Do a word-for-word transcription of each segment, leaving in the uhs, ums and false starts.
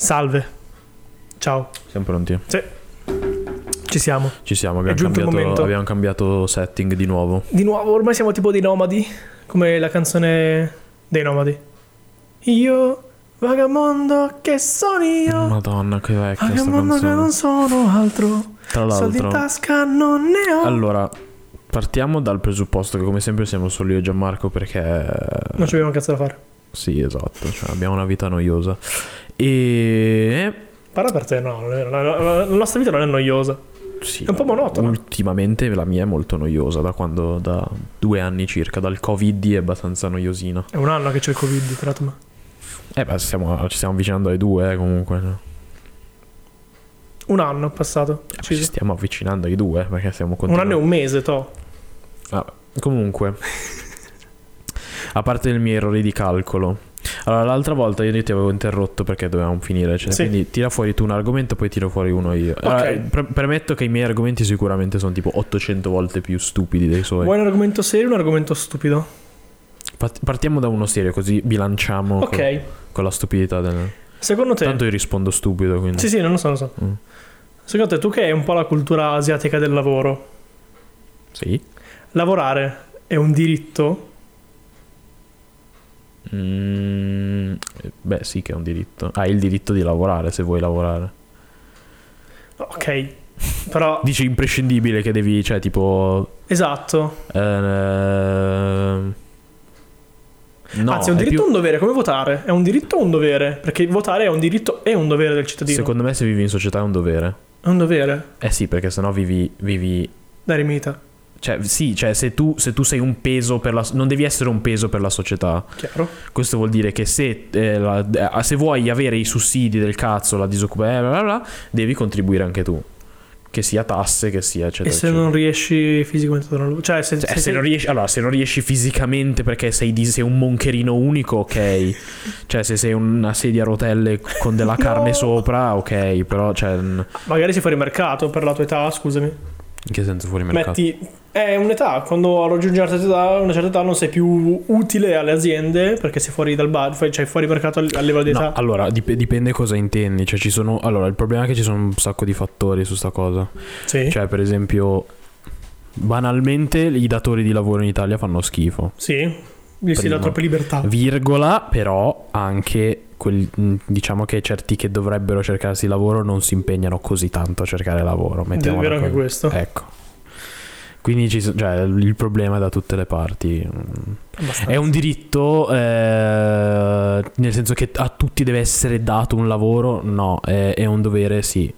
Salve. Ciao. Siamo pronti? Sì. Ci siamo. Ci siamo, abbiamo, È giunto il cambiato, momento. abbiamo cambiato setting di nuovo. Di nuovo, ormai siamo tipo dei nomadi, come la canzone dei nomadi. Io, vagabondo che sono io. Madonna, che vecchia sta Vagabondo che canzone. non sono altro. Tra Soldi in l'altro, tasca non ne ho. allora, partiamo dal presupposto che come sempre siamo solo io e Gianmarco perché... Non ci abbiamo un cazzo da fare. Sì, esatto, cioè abbiamo una vita noiosa. E... Parla per te, no, non è- la, la- la nostra vita non è noiosa. Sì, È un po' monotona. ultimamente la mia è molto noiosa, da quando, da due anni circa, dal Covid è abbastanza noiosina. È un anno che c'è il Covid, tra l'altro. Eh beh, stiamo, ci stiamo avvicinando ai due eh, comunque. no? Un anno è passato. Ci preciso. stiamo avvicinando ai due perché stiamo Un continuando. anno e un mese, to. Ah, comunque, a parte i miei errori di calcolo. Allora, l'altra volta io ti avevo interrotto perché dovevamo finire, cioè, Sì. quindi tira fuori tu un argomento, poi tiro fuori uno io. Allora, Ok. pre- premetto che i miei argomenti sicuramente sono tipo ottocento volte più stupidi dei suoi. Vuoi un argomento serio o un argomento stupido? Part- partiamo da uno serio, così bilanciamo Ok. con, con la stupidità del... Secondo te... Tanto io rispondo stupido, quindi... Sì, sì, non lo so, non lo so. Mm. Secondo te, tu che hai un po' la cultura asiatica del lavoro, Sì. lavorare è un diritto? Mm, beh, sì che è un diritto. Hai il diritto di lavorare se vuoi lavorare. Ok, però... Dici imprescindibile che devi, cioè tipo... Esatto. Ehm, no, Anzi, è un è diritto o più- un dovere? Come votare? È un diritto o un dovere? Perché votare è un diritto e un dovere del cittadino. Secondo me se vivi in società è un dovere. È un dovere. Eh sì, perché sennò vivi... vivi Da rimita. cioè sì, cioè se tu, se tu sei un peso per la... Non devi essere un peso per la società. Chiaro? Questo vuol dire che se, eh, la- eh, se vuoi avere i sussidi del cazzo, la disoccupazione, bla bla bla, devi contribuire anche tu. Che sia tasse, che sia eccetera. E se eccetera. non riesci fisicamente a trovare un lavoro? Cioè, se, Cioè, se, se, sei- non riesci, allora, se non riesci fisicamente perché sei, di- sei un moncherino unico, ok. Cioè, se sei una sedia a rotelle con della carne No. sopra, ok. Però, cioè, in magari sei fuori mercato per la tua età, scusami. che senso fuori mercato? Metti, è un'età, quando raggiungi una certa età, una certa età non sei più utile alle aziende perché sei fuori dal bar, cioè fuori mercato a livello di età. No, allora, dip- dipende cosa intendi. Cioè, ci sono. Allora, il problema è che ci sono un sacco di fattori su sta cosa. Sì, Cioè, per esempio, banalmente, i datori di lavoro in Italia fanno schifo. sì, gli si dà Prima. troppe libertà. Virgola, però anche quel- mh, diciamo che certi che dovrebbero cercarsi lavoro non si impegnano così tanto a cercare lavoro. È mettiamola vero anche così. questo. Ecco. Quindi ci so- cioè, il problema è da tutte le parti. Abbastanza. È un diritto, eh, nel senso che a tutti deve essere dato un lavoro? No, è, è un dovere, sì.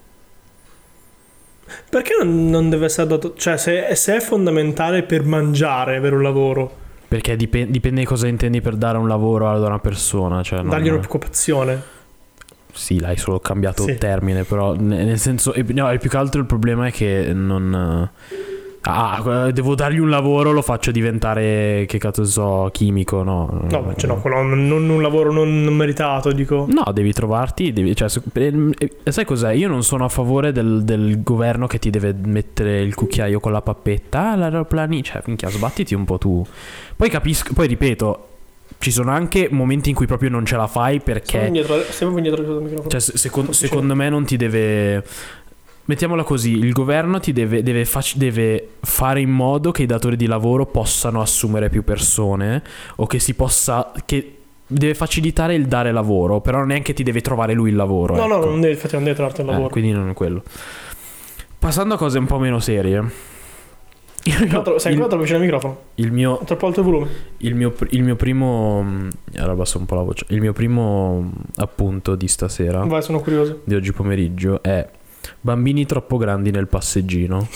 Perché non, non deve essere dato... Cioè, se, se è fondamentale per mangiare avere un lavoro, Perché dipende, dipende cosa intendi per dare un lavoro ad una persona. Cioè, non- dargli un'occupazione. Sì, l'hai solo cambiato Sì. termine, però ne- nel senso, e- no, e più che altro il problema è che non... Ah, devo dargli un lavoro, lo faccio diventare, che cazzo so, chimico, no? No, ma cioè no, quello non, non un lavoro non, non meritato, dico. No, devi trovarti, devi, cioè, se- e- e sai cos'è? Io non sono a favore del, del governo che ti deve mettere il cucchiaio con la pappetta, ah, l'aeroplani, cioè, minchia, sbattiti un po' tu. Poi capisco, poi ripeto, ci sono anche momenti in cui proprio non ce la fai Stiamo perché... indietro, stiamo indietro del microfono. Cioè, se- secon- Sto secondo me non ti deve... Mettiamola così, il governo ti deve, deve, fac- deve fare in modo che i datori di lavoro possano assumere più persone o che si possa... che deve facilitare il dare lavoro, però non è che ti deve trovare lui il lavoro. No, no, ecco. non devi, infatti non devi trovarti il Eh, lavoro. quindi non è quello. Passando a cose un po' meno serie. Sei ancora tro- sei ancora troppo vicino al microfono. Il mio, È troppo alto il volume. il mio, pr- il mio primo... Allora abbasso un po' la voce. Il mio primo appunto di stasera, Vai, sono curioso. di oggi pomeriggio, è bambini troppo grandi nel passeggino.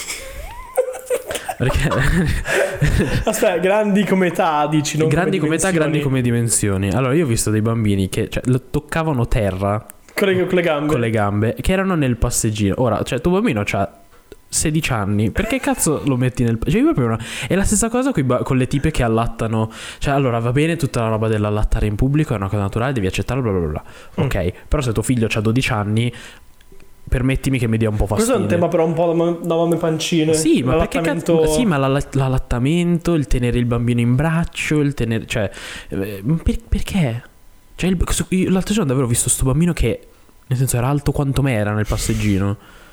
Perché Aspetta, grandi come età, dici? Non grandi come età, dimensioni. grandi come dimensioni. Allora io ho visto dei bambini che cioè, lo toccavano terra Con le, con le gambe. con le gambe, che erano nel passeggino. Ora, cioè tuo bambino c'ha sedici anni, perché cazzo lo metti nel... Cioè io proprio una... È la stessa cosa coi ba- con le tipe che allattano. Cioè allora va bene tutta la roba dell'allattare in pubblico, è una cosa naturale, devi accettarlo, bla bla bla. Mm. Ok, però se tuo figlio ha dodici anni, permettimi che mi dia un po' fastidio. Questo è un tema però un po' da, da mamme pancine. Sì, ma perché L'allattamento- cazzo? Sì, ma l'alla- l'allattamento, il tenere il bambino in braccio, il tenere... Cioè, eh, per- perché? Cioè, il- questo- io l'altro giorno davvero ho visto sto bambino che Nel senso, era alto quanto me era nel passeggino.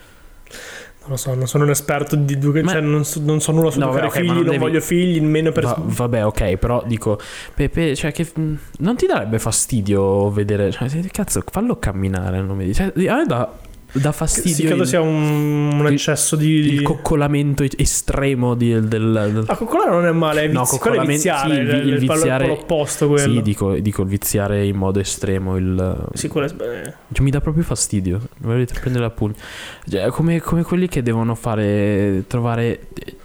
Non lo so, non sono un esperto di due, Ma- cioè non so, non so nulla su No, fare vabbè, ok, figli, ma non, non devi- voglio figli, nemmeno per... Va- vabbè, ok, però dico, Pepe, cioè che mh, non ti darebbe fastidio vedere, cioè, se- cazzo, fallo camminare, non mi dici. Cioè, a me dà, dà fastidio Sì, credo il, sia un, un il- eccesso di... il coccolamento estremo di- del, del- Ah, coccolare non è male, è No, vizi- quello è coccolamento- viziare, sì, il vi- il, il il palo- viziare- l'opposto quello. Sì, dico, dico il viziare in modo estremo, il... Sì, quello è sbagliato. Cioè, mi dà proprio fastidio. Volete prendere appunti. Cioè, come, come quelli che devono fare. Trovare.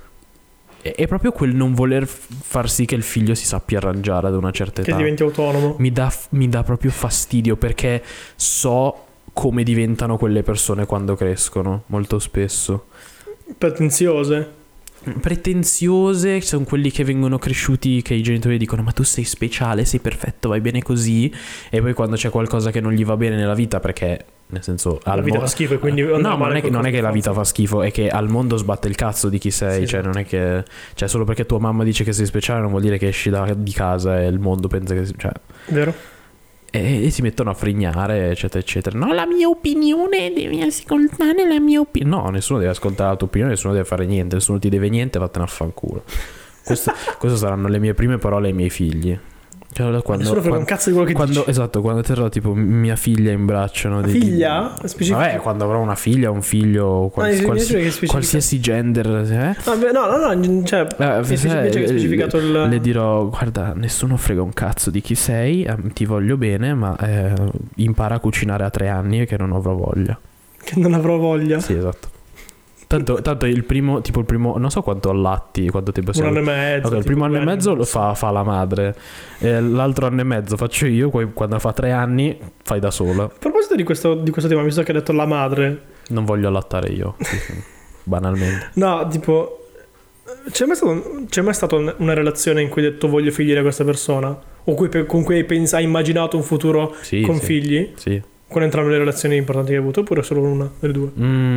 È, è proprio quel non voler f- far sì che il figlio si sappia arrangiare ad una certa Che età. diventi autonomo. Mi dà, mi dà proprio fastidio perché so come diventano quelle persone quando crescono. Molto spesso. Pretenziose. Pretenziose, sono quelli che vengono cresciuti, che i genitori dicono ma tu sei speciale, sei perfetto, vai bene così, e poi quando c'è qualcosa che non gli va bene nella vita, perché nel senso La al vita mo- fa schifo e quindi... no, andrà ma non male è, che, non è qualcosa che la di vita forza. fa schifo, è che al mondo sbatte il cazzo di chi sei, Sì, cioè sì. non è che, cioè solo perché tua mamma dice che sei speciale non vuol dire che esci da, di casa e il mondo pensa che, cioè, Vero? e, e si mettono a frignare, eccetera, eccetera. No, la mia opinione, devi ascoltare la mia opinione. No, nessuno deve ascoltare la tua opinione, nessuno deve fare niente, nessuno ti deve niente, vattene a fanculo. Questo, queste saranno le mie prime parole ai miei figli. Cioè, quando, Nessuno frega un quando, cazzo di quello che quando, dici. esatto, quando terrò tipo mia figlia in braccio, no, di- Figlia? Specifico- Vabbè, quando avrò una figlia, un figlio, quals- Ah, mi quals- piace che specifica- qualsiasi gender, eh? Ah, beh, no, no, no, cioè, Eh, mi sai, piace che hai specificato il... le dirò, guarda, nessuno frega un cazzo di chi sei, eh, ti voglio bene, ma eh, impara a cucinare a tre anni che non avrò voglia. Che non avrò voglia. Sì, esatto. Tanto, tanto il primo, tipo il primo, non so quanto allatti, quanto tempo Un siamo. anno e mezzo. Ok, il tipo, primo anno e due mezzo anni. lo fa, fa la madre, e l'altro anno e mezzo faccio io, poi quando fa tre anni fai da sola. A proposito di questo, di questo tema, visto che hai detto la madre, Non voglio allattare io, banalmente. no, tipo, c'è mai, stato, c'è mai stata un- una relazione in cui hai detto voglio figli da questa persona? O cui, con cui hai, pens- hai immaginato un futuro Sì, con sì, figli? Sì. Con entrambe le relazioni importanti che hai avuto? Oppure solo una delle due?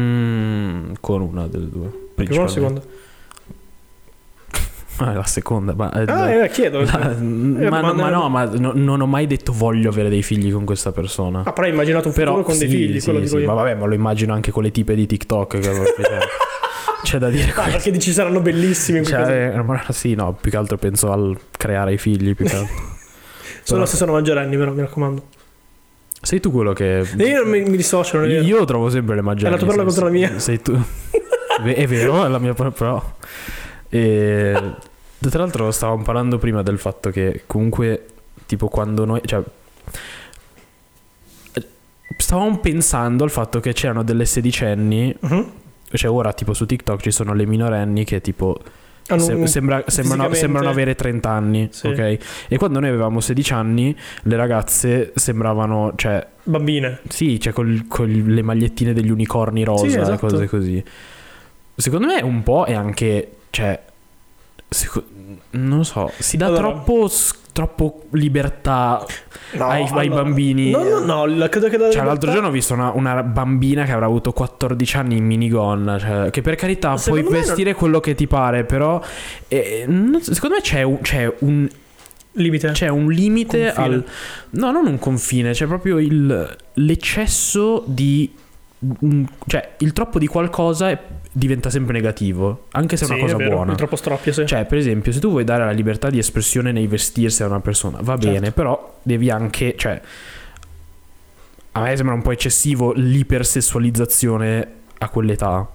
Mm, con una delle due. Prima o la seconda? Ah, la seconda, ma, eh, Ah, eh, chiedo. la- ma, no, ma no, ma no- non ho mai detto voglio avere dei figli con questa persona. Ah, però hai immaginato un futuro Però con dei sì, figli, sì, quello sì, dico io. ma vabbè, ma lo immagino anche con le tipe di TikTok. Che, cioè, c'è da dire Ah, questo. perché dici saranno bellissimi in quel caso. Cioè, eh, ma sì, no, più che altro penso al creare i figli. Più che altro. Solo Però- se sono maggiorenni, però, mi raccomando. Sei tu quello che. E io non mi, mi dissocio, non è vero. Io trovo sempre le maggiorenni. È la tua parola sei- contro la mia. Sei tu. Ve- È vero, è la mia parola, però. E, tra l'altro stavamo parlando prima del fatto che comunque, tipo quando noi, cioè, stavamo pensando al fatto che c'erano delle sedicenni, Mhm. cioè ora tipo su TikTok ci sono le minorenni che tipo Hanno se- un- sembra- sembrano, fisicamente- sembrano avere trenta anni, Sì. ok? E quando noi avevamo sedici anni le ragazze sembravano, cioè, Bambine. sì, cioè col- con le magliettine degli unicorni rosa Sì, e esatto. cose così. Secondo me un po' è anche, cioè, seco- non lo so, si dà Allora- troppo, s- troppo libertà No, ai, ai allora- bambini. No, no, no, la- credo che la Cioè, l'altro libertà- giorno ho visto una, una bambina che avrà avuto quattordici anni in minigonna. Cioè, che per carità Secondo puoi me vestire quello che ti pare, però eh, non so, secondo me c'è un, c'è un, Limite. c'è un limite Confine. al. No, non un confine, c'è proprio il, l'eccesso di. un- cioè, il troppo di qualcosa è- diventa sempre negativo, anche se è Sì, una cosa è vero, buona. è troppo stroppio, sì. Cioè, per esempio, se tu vuoi dare la libertà di espressione nei vestirsi a una persona, va Certo. bene, però devi anche, cioè, a me sembra un po' eccessivo l'ipersessualizzazione a quell'età.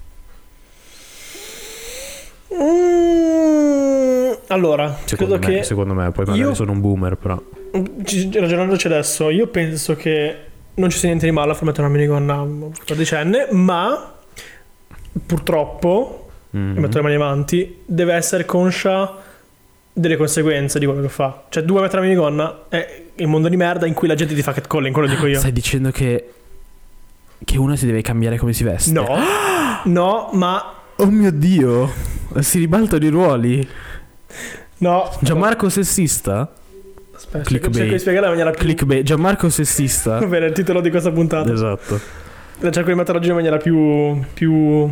Mm, allora, Secondo credo me, che secondo me, poi magari io- sono un boomer, però. ci- ragionandoci adesso, io penso che non ci sia niente di male a far mettere una minigonna a un quattordicenne, ma purtroppo, Mhm. e metto le mani avanti, deve essere conscia delle conseguenze di quello che fa. Cioè, due mettere la minigonna è il mondo di merda in cui la gente ti fa catcalling, quello dico io. Stai dicendo che che una si deve cambiare come si veste? No, no, ma Oh mio Dio, si ribaltano i ruoli. no. Gianmarco sessista? Aspetta, Clickbait. cerco di spiegare in maniera più... Clickbait. Gianmarco sessista? Va bene, il titolo di questa puntata. Esatto. Cerco di metterlo giù in maniera più, più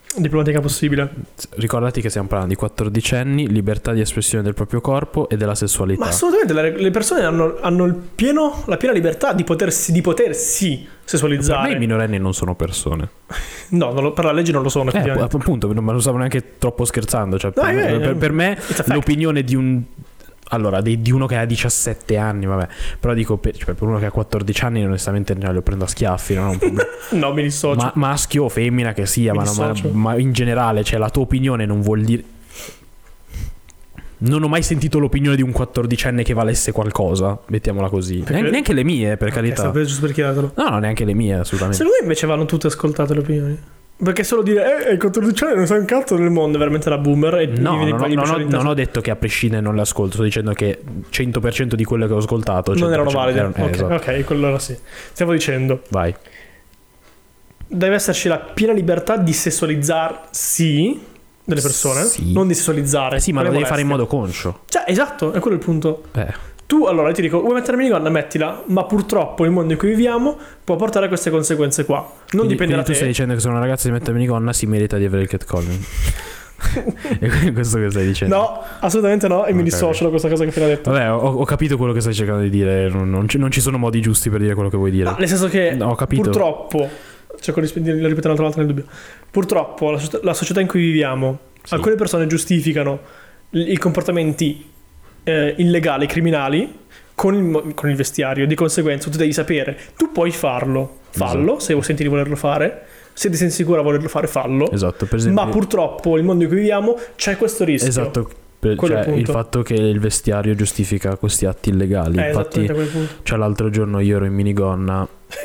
diplomatica possibile. Ricordati che stiamo parlando di quattordicenni, libertà di espressione del proprio corpo e della sessualità. Ma assolutamente le, le persone hanno, hanno il pieno, la piena libertà di potersi, di potersi sessualizzare. Per me i minorenni non sono persone. No, non lo, per la legge non lo sono. Eh, effettivamente. appunto, non me lo stavo neanche troppo scherzando. Cioè, No, per, eh, me, per, per me l'opinione di un... Allora, di, di uno che ha diciassette anni, vabbè. Però dico, per, cioè, per uno che ha quattordici anni, onestamente cioè, lo prendo a schiaffi, non è un problema. No, mi dissocio. Ma, maschio o femmina che sia, ma, ma, ma in generale, cioè, la tua opinione non vuol dire... Non ho mai sentito l'opinione di un quattordicenne che valesse qualcosa, mettiamola così. Perché... Neanche le mie, per okay, carità. Sta giusto per chiedertelo. No, no, neanche le mie, assolutamente. Secondo me invece vanno tutte ascoltate le opinioni. Perché solo dire eh, i quattordici anni non sai un cazzo nel mondo è veramente la boomer e no, viene, no, no, gli non, ho, in non ho detto che a prescindere non le ascolto. Sto dicendo che cento per cento di quelle che ho ascoltato non erano valide. Erano, eh, ok, esatto. ok, quello era sì. Stiamo dicendo vai. Deve esserci la piena libertà di sessualizzarsi delle persone, sì. non di sessualizzare. Eh sì, ma lo devi molestia. fare in modo conscio. Cioè, esatto, è quello il punto. Eh. Tu allora io ti dico, vuoi mettere minigonna, mettila, ma purtroppo il mondo in cui viviamo può portare a queste conseguenze qua. Non quindi, dipende da quindi tu te. stai dicendo che se una ragazza si mette minigonna si merita di avere il catcalling. È questo che stai dicendo? No, assolutamente no, e okay, mi dissocio da questa cosa che hai appena detto. Vabbè, ho, ho capito quello che stai cercando di dire. Non, non, ci, non ci sono modi giusti per dire quello che vuoi dire. No, nel senso che no, ho capito. Purtroppo, cerco di ripetere un'altra volta nel dubbio. Purtroppo la, la società in cui viviamo, sì. Alcune persone giustificano i comportamenti eh, illegali, criminali con il, con il vestiario. Di conseguenza tu devi sapere, tu puoi farlo, fallo, esatto. Se senti di volerlo fare. Se ti senti sicura a volerlo fare, fallo. Esatto, per esempio. Ma purtroppo il mondo in cui viviamo c'è questo rischio. Esatto, per, cioè, il fatto che il vestiario giustifica questi atti illegali. Eh, infatti, cioè, l'altro giorno io ero in minigonna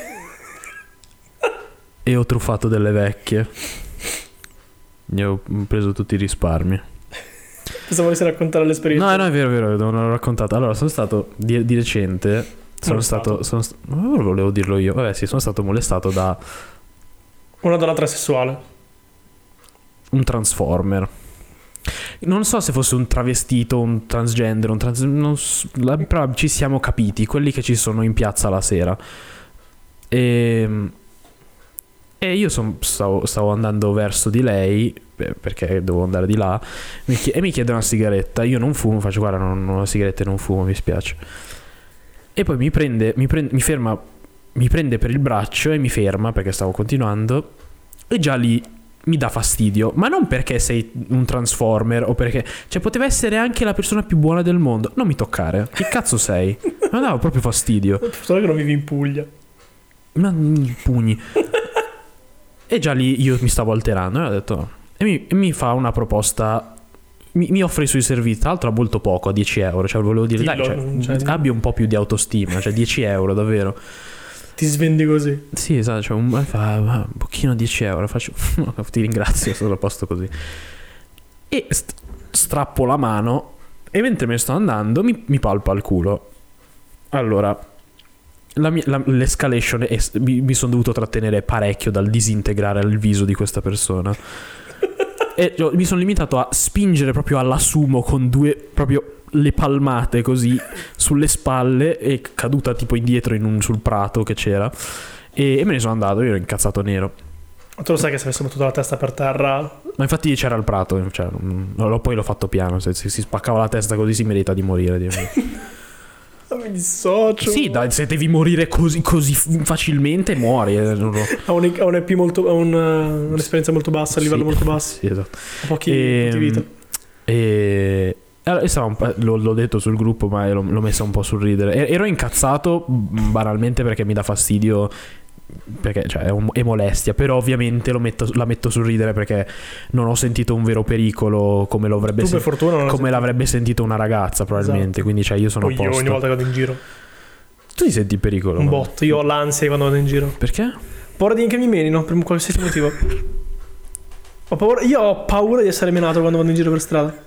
e ho truffato delle vecchie. Ne ho preso tutti i risparmi. Pensavo volessi raccontare l'esperienza. No, no, è vero, è vero, non l'ho raccontato. Allora, sono stato di, di recente. Sono molestato. stato. Sono, non volevo dirlo io. Vabbè, sì, sono stato molestato da una donna transessuale. Un transformer. Non so se fosse un travestito, un transgender, un trans... non so, però ci siamo capiti, quelli che ci sono in piazza la sera. E, e io son, stavo, stavo andando verso di lei, perché dovevo andare di là, mi chiede, e mi chiede una sigaretta. Io non fumo, faccio guarda, non ho sigarette, non fumo, mi spiace. E poi mi prende, mi prende, mi ferma, mi prende per il braccio e mi ferma perché stavo continuando. E già lì mi dà fastidio, ma non perché sei un transformer o perché, cioè, poteva essere anche la persona più buona del mondo. Non mi toccare, che cazzo sei? Mi dava proprio fastidio. Solo che non vivi in Puglia. Ma pugni. E già lì io mi stavo alterando e ho detto, e mi, e mi fa una proposta, mi, mi offre i suoi servizi, tra l'altro a molto poco, a dieci euro. Cioè volevo dire, Dillo, dai, cioè, cioè, abbia un po' più di autostima, cioè dieci euro davvero. Ti svendi così? Sì, esatto, cioè un, fa, un pochino dieci euro, faccio, ti ringrazio, sono a posto così. E st- strappo la mano e mentre me ne sto andando mi, mi palpa il culo. Allora, la mia, la, l'escalation è, mi, mi sono dovuto trattenere parecchio dal disintegrare il viso di questa persona. E cioè, mi sono limitato a spingere proprio alla sumo con due, proprio le palmate così sulle spalle, e caduta tipo indietro in un, sul prato che c'era, e, e me ne sono andato. Io ero incazzato nero. Tu lo sai che se avessi battuto la testa per terra. Ma infatti c'era il prato, cioè, no, poi l'ho fatto piano. Se, se si spaccava la testa così si merita di morire. Mi dissocio. Sì, dai, se devi morire così, così facilmente muori. Eh, non lo... Ha un, ha un E P molto, ha un, un'esperienza molto bassa, a livello sì, molto basso. Sì, esatto. Ha pochi e, di vita. E allora, un l'ho, l'ho detto sul gruppo, ma l'ho, l'ho messa un po' sul ridere. Ero incazzato banalmente perché mi dà fastidio, perché cioè, è, un, è molestia. Però ovviamente lo metto, la metto sul ridere perché non ho sentito un vero pericolo come lo avrebbe tu per sen- fortuna non come l'avrebbe sentito una ragazza probabilmente. Esatto. Quindi cioè, io sono a posto. Io ogni volta che vado in giro. Tu ti senti in pericolo? Un botto. Io ho l'ansia quando vado in giro. Perché? Paura di che mi menino per qualsiasi motivo. Ho paura, io ho paura di essere menato quando vado in giro per strada.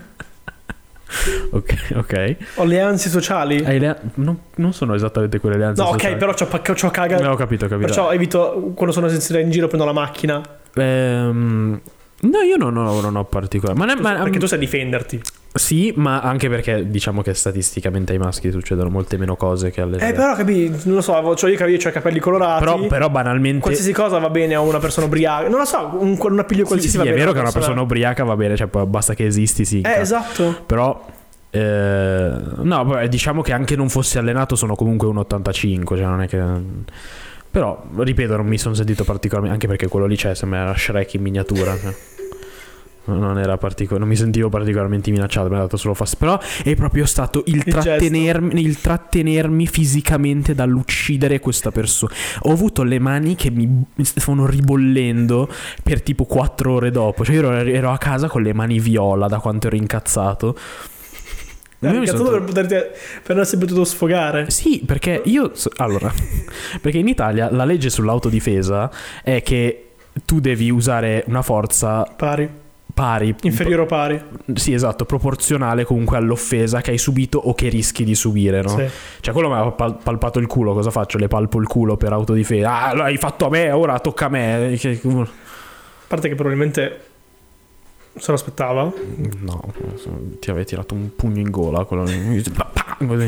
Ok, ok. Ho le ansie sociali. Hai le, non, non sono esattamente quelle le ansie no, sociali. No, ok, però c'ho, c'ho caga. No, ho capito, ho capito. Perciò evito, quando sono in giro prendo la macchina. Ehm, no, io non ho, non ho particolare. Ma, ne, ma perché tu sai difenderti. Sì, ma anche perché diciamo che statisticamente ai maschi succedono molte meno cose che alle Eh, ragazze. però capi, non lo so, cioè io, io ho i capelli colorati. Però, però banalmente qualsiasi cosa va bene a una persona ubriaca. Non lo so, un, un appiglio sì, qualsiasi sì, va è bene. vero che una persona ubriaca va bene, cioè basta che esisti, sì. Eh, esatto. Però eh, no, beh, diciamo che anche non fossi allenato sono comunque un ottantacinque, cioè non è che. Però, ripeto, non mi sono sentito particolarmente, anche perché quello lì c'è, sembra Shrek in miniatura. Cioè. Non era particolare, non mi sentivo particolarmente minacciato, mi ha dato solo fastidio. Però è proprio stato il, il trattenermi, il trattenermi fisicamente dall'uccidere questa persona. Ho avuto le mani che mi stavano ribollendo per tipo quattro ore dopo. Cioè io ero, ero a casa con le mani viola da quanto ero incazzato. Eri incazzato sento... per, poterti, per non essere potuto sfogare. Sì, perché io allora perché in Italia la legge sull'autodifesa è che tu devi usare una forza Pari. pari, inferiore o pari. Sì, esatto, proporzionale comunque all'offesa che hai subito o che rischi di subire, no? Sì. Cioè quello mi ha pal- palpato il culo, cosa faccio? Le palpo il culo per autodifesa. Ah, l'hai fatto a me, ora tocca a me. Che- A parte che probabilmente se lo aspettava. No, ti avevi tirato un pugno in gola quello lì. Così.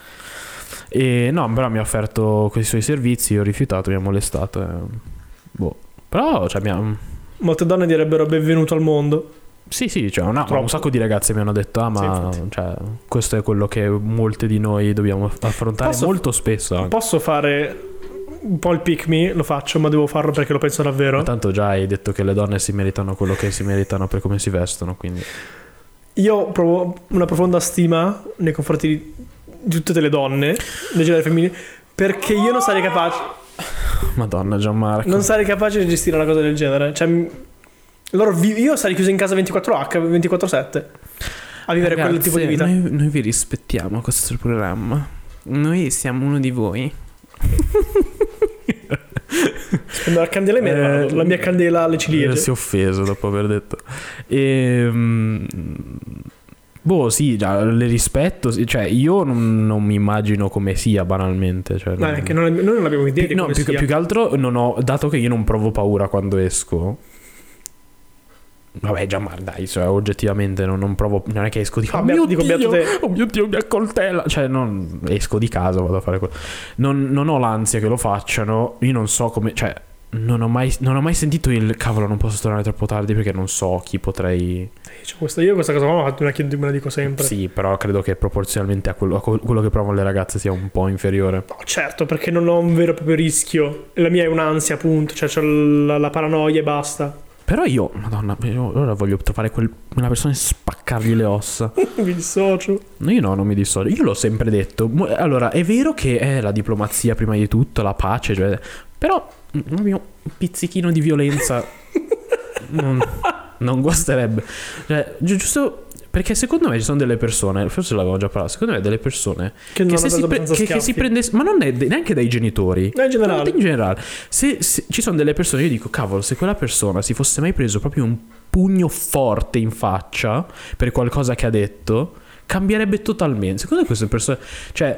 E no, però mi ha offerto questi suoi servizi, io ho rifiutato, mi ha molestato e... boh. Però cioè mi ha... Molte donne direbbero benvenuto al mondo. Sì, sì, cioè una, un sacco di ragazze mi hanno detto ah ma sì, cioè, questo è quello che molte di noi dobbiamo affrontare posso, molto spesso anche. Posso fare un po' il pick me, lo faccio, ma devo farlo perché lo penso davvero. Ma tanto già hai detto che le donne si meritano quello che si meritano per come si vestono, quindi io provo una profonda stima nei confronti di, di tutte le donne del genere femminile, perché io non sarei capace Madonna Gianmarco, non sarei capace di gestire una cosa del genere. Cioè loro vi- io sarei chiuso in casa ventiquattro acca ventiquattro sette a vivere ragazze, quel tipo di vita. Noi, noi vi rispettiamo questo programma. Noi siamo uno di voi. Spendo la candela in me, Eh, la mia candela alle ciliegie. Si è offeso dopo aver detto. E, mm, boh, sì, già, le rispetto. sì, Cioè, io non, non mi immagino come sia banalmente. Cioè, No, non- è che non, noi non abbiamo idea di no, come più, che- sia. più che altro non ho, dato che io non provo paura quando esco. Vabbè, Gianmar, dai, cioè, oggettivamente non, non provo. Non è che esco di casa. Ah, Oh, beh, mio dico, Dio, beato te. oh mio Dio, mi accoltella. Cioè, non esco di casa, vado a fare quello. Non, non ho l'ansia che lo facciano. Io non so come. Cioè, non ho mai, non ho mai sentito il cavolo, non posso tornare troppo tardi perché non so chi potrei. Cioè, questa, io questa cosa qua me la, me la dico sempre. Sì, però credo che proporzionalmente a quello, a quello che provano le ragazze sia un po' inferiore. No, certo, perché non ho un vero e proprio rischio. La mia è un'ansia, appunto. Cioè, c'ho la, la paranoia e basta. Però io, madonna, io ora voglio trovare quel, una persona e spaccargli le ossa. Mi dissocio. No, io no, non mi dissocio. Io l'ho sempre detto. Mo- Allora, è vero che è la diplomazia prima di tutto, la pace, cioè, però un mio pizzichino di violenza non, non guasterebbe. Cioè, gi- giusto perché secondo me ci sono delle persone, forse l'avevo già parlato, secondo me delle persone Che non che, hanno se si, preso pre- abbastanza che, che si schiaffi. prendesse, ma non è de- neanche dai genitori, No, in generale. in generale. Se, se ci sono delle persone, io dico, cavolo, se quella persona si fosse mai preso proprio un pugno forte in faccia per qualcosa che ha detto, cambierebbe totalmente. Secondo me queste persone, cioè,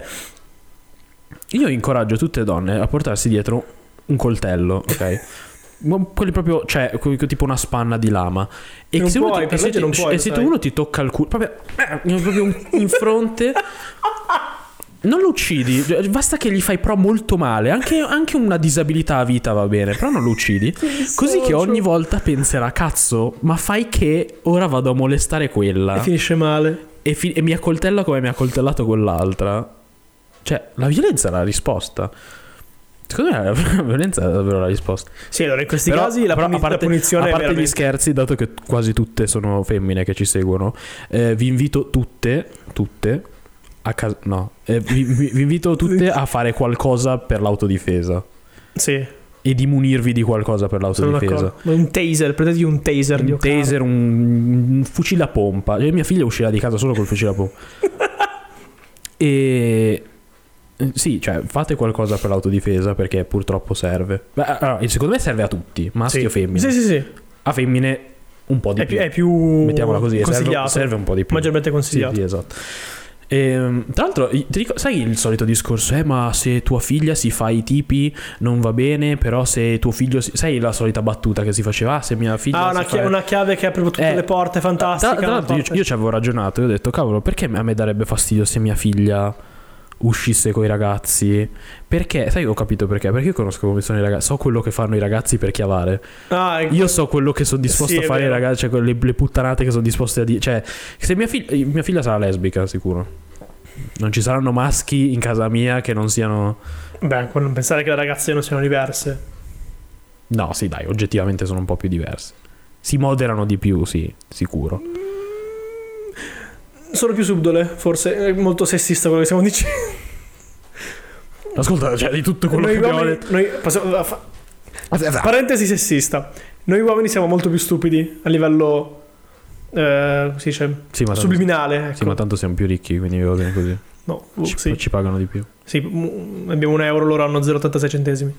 io incoraggio tutte le donne a portarsi dietro un coltello, ok? Ma quelli proprio, cioè, quelli tipo una spanna di lama. E Non se, uno puoi, ti, per e se, legge ti- non puoi, e se sai. uno ti tocca il culo, proprio, eh, proprio un- in fronte, non lo uccidi, basta che gli fai però molto male. Anche, anche una disabilità a vita va bene, però non lo uccidi. Così che ogni volta penserà, cazzo, ma fai che ora vado a molestare quella E finisce male. e, fi- e mi accoltella come mi ha accoltellato quell'altra. Cioè, la violenza è la risposta. Secondo me la violenza è davvero la risposta. Sì, allora in questi Però- casi la, però puni- a parte, la punizione a è parte gli veramente... scherzi, dato che quasi tutte sono femmine che ci seguono, eh, vi invito tutte, tutte a casa, no, eh, vi, vi- vi invito tutte a fare qualcosa per l'autodifesa Sì, e di munirvi di qualcosa per sono l'autodifesa. d'accordo. Un taser, prendetevi un taser. Un Dio caro. taser, un, un fucile a pompa. Cioè, mia figlia uscirà di casa solo col fucile a pompa. E eh, sì, cioè fate qualcosa per l'autodifesa perché purtroppo serve. Beh, allora, secondo me serve a tutti, maschi Sì. o femmine. Sì, sì, sì. A femmine un po' di È più. più, è più Mettiamola così, serve, consigliato. serve un po' di più. Maggiormente consigliato. Sì, sì, esatto. E, tra l'altro, ti dico, sai il solito discorso, eh, ma se tua figlia si fa i tipi non va bene, però se tuo figlio si... sai la solita battuta che si faceva, ah, se mia figlia ah una, si chia- fa... una chiave che apre tutte eh, le porte, fantastica. Tra, tra l'altro io, io ci avevo ragionato e ho detto, cavolo, perché a me darebbe fastidio se mia figlia uscisse coi ragazzi? Perché, sai, ho capito perché, perché io conosco come sono i ragazzi, so quello che fanno i ragazzi per chiavare. Ah, ecco. Io so quello che sono disposto Sì, a è fare i vero. ragazzi, cioè le, le puttanate che sono disposti a dire. Cioè, se mia figlia, mia figlia sarà lesbica, sicuro. Non ci saranno maschi in casa mia che non siano... Beh, non pensare che le ragazze non siano diverse. No, sì, dai, oggettivamente sono un po' più diverse. Si moderano di più, sì, sicuro. Sono più subdole, forse. È molto sessista quello che stiamo dicendo. Ascolta, cioè, di tutto quello Noi che abbiamo uomini, detto... noi possiamo- fa- parentesi sessista. Noi uomini siamo molto più stupidi a livello eh, come si dice? Sì, ma tanto, Subliminale, ecco. sì, ma tanto siamo più ricchi, quindi va bene così. No, uh, Ci, sì. ci pagano di più. Sì, m- abbiamo un euro, loro hanno zero virgola ottantasei centesimi.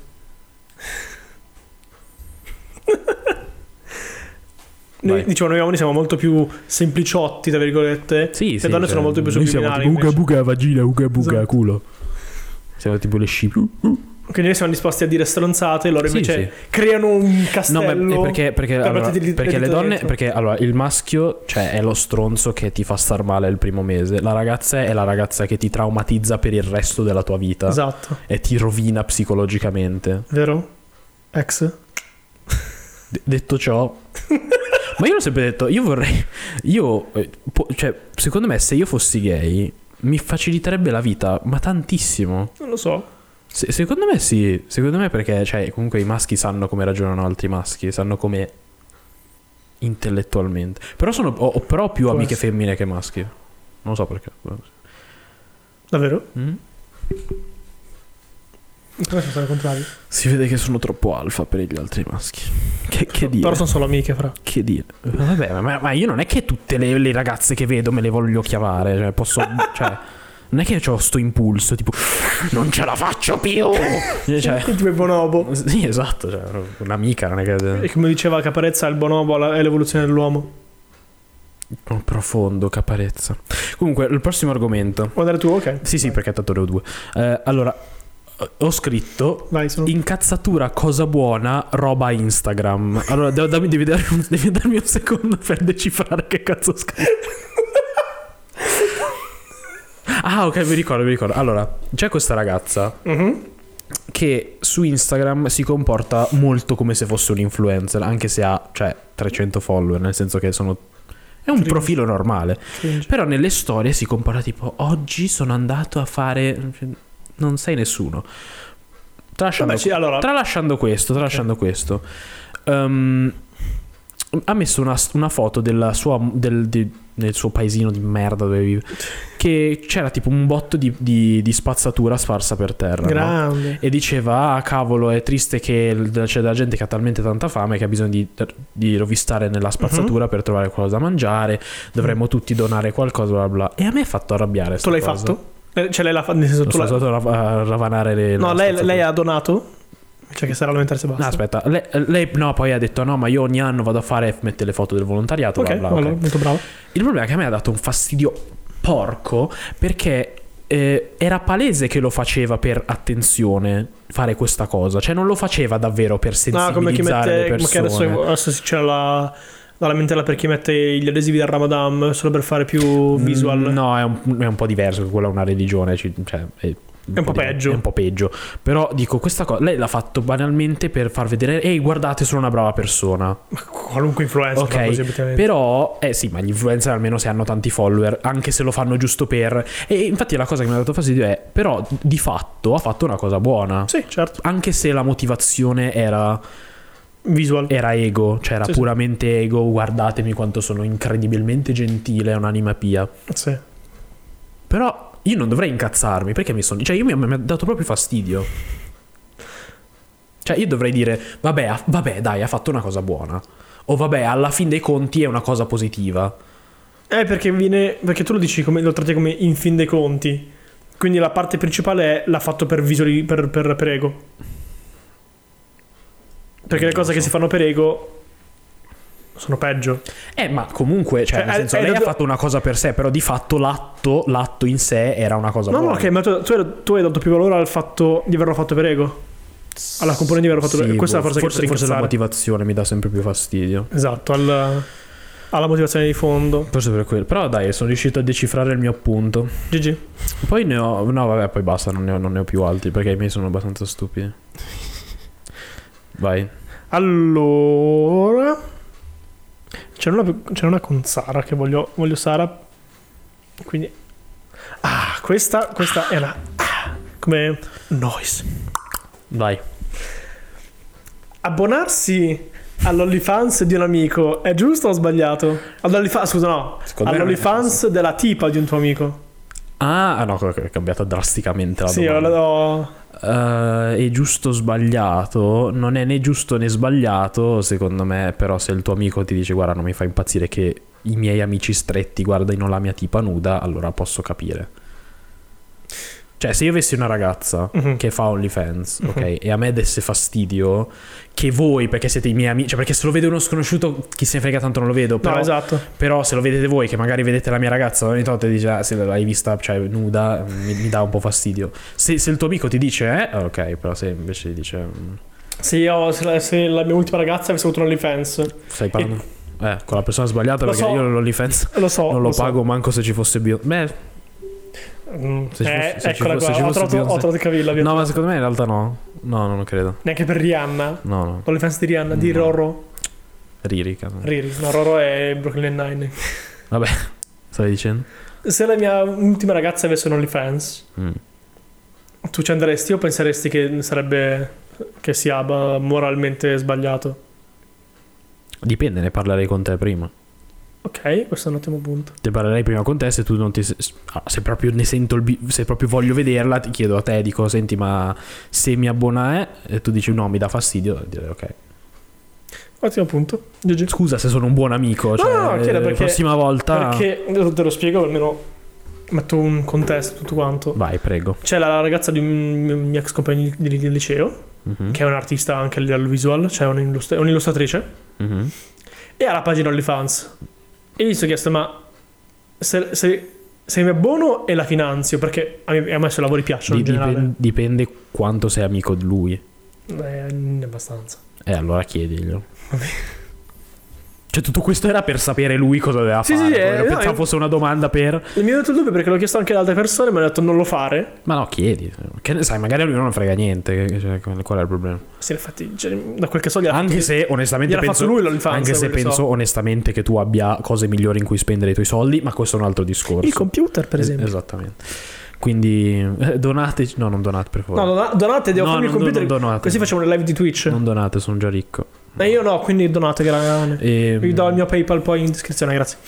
Noi, Vai. diciamo, noi uomini siamo molto più sempliciotti, tra virgolette. Sì, le sì, donne cioè, sono molto più noi siamo subliminali. tipo uga invece. buga vagina, uga buga Esatto. culo. Siamo tipo le sci. Quindi noi siamo disposti a dire stronzate, loro Sì, invece sì. creano un No, castello. ma è perché, perché, per allora, metterti il- perché il le dito donne, dentro. perché allora il maschio, cioè, è lo stronzo che ti fa star male il primo mese. La ragazza è la ragazza che ti traumatizza per il resto della tua vita. Esatto, E ti rovina psicologicamente. vero? Ex? D- detto ciò, ma io l'ho sempre detto, io vorrei, io, eh, po- cioè, secondo me se io fossi gay mi faciliterebbe la vita, ma tantissimo. Non lo so. Se- secondo me sì, secondo me perché, cioè, comunque i maschi sanno come ragionano altri maschi, sanno come intellettualmente. Però sono, ho, ho però più Può amiche essere. femmine che maschi. Non so perché. Davvero? Mm? Come sono al contrario? Si vede che sono troppo alfa per gli altri maschi. Che, che dire? Però sono solo amiche, fra. Che dire? Vabbè, ma, ma io non è che tutte le, le ragazze che vedo me le voglio chiavare. Cioè, posso. Cioè, non è che ho sto impulso, tipo, non ce la faccio più. Cioè, Tipo il bonobo. sì, esatto. Cioè, un'amica, non è che. E come diceva Caparezza, il bonobo è l'evoluzione dell'uomo. Oh, profondo, Caparezza. Comunque, il prossimo argomento. Vuoi andare tu? Ok. Sì, sì, perché tanto ne ho due. Eh, allora, ho scritto. Vai, sono... Incazzatura, cosa buona, roba Instagram. Allora, devo- dammi- devi, darmi un, devi darmi un secondo per decifrare che cazzo ho scritto. Ah, ok, mi ricordo, mi ricordo. Allora, c'è questa ragazza Mhm. che su Instagram si comporta molto come se fosse un influencer, anche se ha, cioè, trecento follower, nel senso che sono... È un Cringe. profilo normale. Cringe. Però nelle storie si comporta tipo, oggi sono andato a fare... Non sei nessuno. Tralasciando, Vabbè, ci- allora- tralasciando questo, tralasciando questo, ehm, ha messo una, una foto della sua, del, di- nel suo paesino di merda dove vive, che c'era tipo un botto di, di- di spazzatura sparsa per terra, no? Grande. E diceva, ah cavolo, è triste che il- c'è della gente che ha talmente tanta fame che ha bisogno di, di rovistare nella spazzatura Mhm. per trovare qualcosa da mangiare, dovremmo tutti donare qualcosa, bla bla. E a me ha fatto arrabbiare Tu sta l'hai cosa. fatto? Eh, Cioè lei l'ha fatto, nel senso, tu Sono l'hai... stato a rav- a ravanare le... No, la lei, spazzatura. lei ha donato? Cioè che sarà alimentare se basta. No, aspetta, lei, lei- no, poi ha detto no, ma io ogni anno vado a fare, mette le foto del volontariato, Ok, bla bla, allora, ok. molto bravo. Il problema è che a me ha dato un fastidio porco perché eh, era palese che lo faceva per attenzione fare questa cosa, cioè non lo faceva davvero per No, come chi sensibilizzare mette... le Come che persone. adesso, adesso sì, c'è la... la lamentela per chi mette gli adesivi del Ramadan solo per fare più visual. Mm, No, è un, è un po' diverso, che quella è una religione, ci- cioè, è, È un po' di- peggio. È un po' peggio. Però dico, questa cosa lei l'ha fatto banalmente per far vedere, ehi, guardate, sono una brava persona. Qualunque influencer Ok, fa così, obiettivamente. però, eh sì, ma gli influencer almeno se hanno tanti follower, anche se lo fanno giusto per... E infatti la cosa che mi ha dato fastidio è, però di fatto ha fatto una cosa buona. Sì, certo. Anche se la motivazione era, Visual. era ego, cioè era Sì, sì. puramente ego, guardatemi quanto sono incredibilmente gentile, un'anima pia. Sì. Però io non dovrei incazzarmi, perché mi sono... Cioè io mi, mi ha dato proprio fastidio. Cioè io dovrei dire, vabbè, ha- vabbè, dai, ha fatto una cosa buona. O vabbè, alla fin dei conti è una cosa positiva. Eh, perché viene... Perché tu lo dici come... Lo tratti come in fin dei conti. Quindi la parte principale è l'ha fatto per visuali... Per, per, per ego. Perché le Non cose lo che so. si fanno per ego sono peggio. Eh, ma comunque, cioè, Cioè, nel è- senso, è lei ha dato- fatto una cosa per sé, però di fatto l'atto, l'atto in sé era una cosa No, no, buona. ok, ma tu, tu hai, tu hai dato più valore al fatto di averlo fatto per ego. Alla componente di averlo fatto Sì, per ego. Questa è la boh, forza forse, che forse la incazzare. motivazione mi dà sempre più fastidio. Esatto, al- alla motivazione di fondo. Forse per quello. Però dai, sono riuscito a decifrare il mio appunto. G G. Poi ne ho. No, vabbè, poi basta, non ne ho, non ne ho più altri perché i miei sono abbastanza stupidi. Vai. Allora, c'è una, c'è una con Sara che voglio, voglio Sara. Quindi, ah, questa, questa è la ah, come noise. Vai. Abbonarsi all'OnlyFans di un amico è giusto o sbagliato? All'OnlyFans, scusa, no. Secondo me non è All'OnlyFans della tipa di un tuo amico. Ah, ah, no, è cambiata drasticamente la Sì, io domanda. la do. Eh, è giusto o sbagliato? Non è né giusto né sbagliato, secondo me, però se il tuo amico ti dice guarda non mi fa impazzire che i miei amici stretti guardino la mia tipa nuda, allora posso capire. Cioè, se io avessi una ragazza Mhm. che fa OnlyFans, Mhm. ok, e a me desse fastidio che voi, perché siete i miei amici, cioè perché se lo vede uno sconosciuto, chi se ne frega tanto non lo vedo, però, No, esatto. però se lo vedete voi, che magari vedete la mia ragazza ogni tanto e dice, ah, se l'hai vista, cioè, nuda, mi, mi dà un po' fastidio. Se, se il tuo amico ti dice, eh, ok, però se invece ti dice, mm, Se io, se la, se la mia ultima ragazza avesse avuto un OnlyFans, stai parlando, eh, con la persona sbagliata, Lo perché so. io l'OnlyFans lo so. non lo, so. pago manco se ci fosse bio. Beh, Mm, Se ci eh, fosse- se ci eccola fosse- qua, ci ho fosse trovato, ho Beyoncé. trovato Cavilla. via. no, ma secondo me in realtà no. No, non credo. Neanche per Rihanna. No, no. OnlyFans di Rihanna, di No. Roro. Riri, cazzo. Riri. No, Roro è Brooklyn Nine-Nine. Vabbè, stavi dicendo? Se la mia ultima ragazza avesse un OnlyFans, Mm. tu ci andresti o penseresti che sarebbe che sia bah, moralmente sbagliato? Dipende, ne parlerei con te prima. Ok, questo è un ottimo punto. Te parlerei prima con te se tu non ti... ah, se proprio ne sento il... bi- se proprio voglio vederla, ti chiedo a te, dico, senti, ma se mi abbona è... E tu dici no, mi dà fastidio, direi ok. Ottimo punto. G G. Scusa se sono un buon amico, cioè, no, no, chiaro, la perché- prossima volta... Perché te lo spiego, almeno metto un contesto, tutto quanto. Vai, prego. C'è la ragazza di un mio ex compagno di, di liceo, Mhm, che è un'artista anche a livello visual, cioè un'illustra- un'illustratrice, mhm. e ha la pagina OnlyFans. E gli sono chiesto, ma se, se, se mi abbono e la finanzio, perché a me, a me i suoi lavori piacciono Di- in generale. dipen- dipende quanto sei amico di lui. Eh, non abbastanza. Eh, allora chiediglielo. Cioè, tutto questo era per sapere lui cosa doveva Sì, fare. sì, eh, Io no, pensavo io- fosse una domanda per... Mi è venuto il dubbio perché l'ho chiesto anche ad altre persone e mi hanno detto non lo fare. Ma no, chiedi. Che ne sai, magari a lui non frega niente. che- Cioè, qual è il problema? Sì, infatti, cioè, da quel che so, gliel'ha Anche fatto- se onestamente gliel'ha penso, fatto lui l'OnlyFans, anche da se quel che penso so. onestamente che tu abbia cose migliori in cui spendere i tuoi soldi, ma questo è un altro discorso. Il computer, per Es- esempio. Esattamente. Quindi eh, donate, no, non donate per favore. No, dona- donate, devo No, farmi il non- computer. non donate. Così facciamo le live di Twitch. Non donate, sono già ricco. Ma io no, quindi donate, grane. E, Vi do il mio PayPal poi in descrizione, grazie.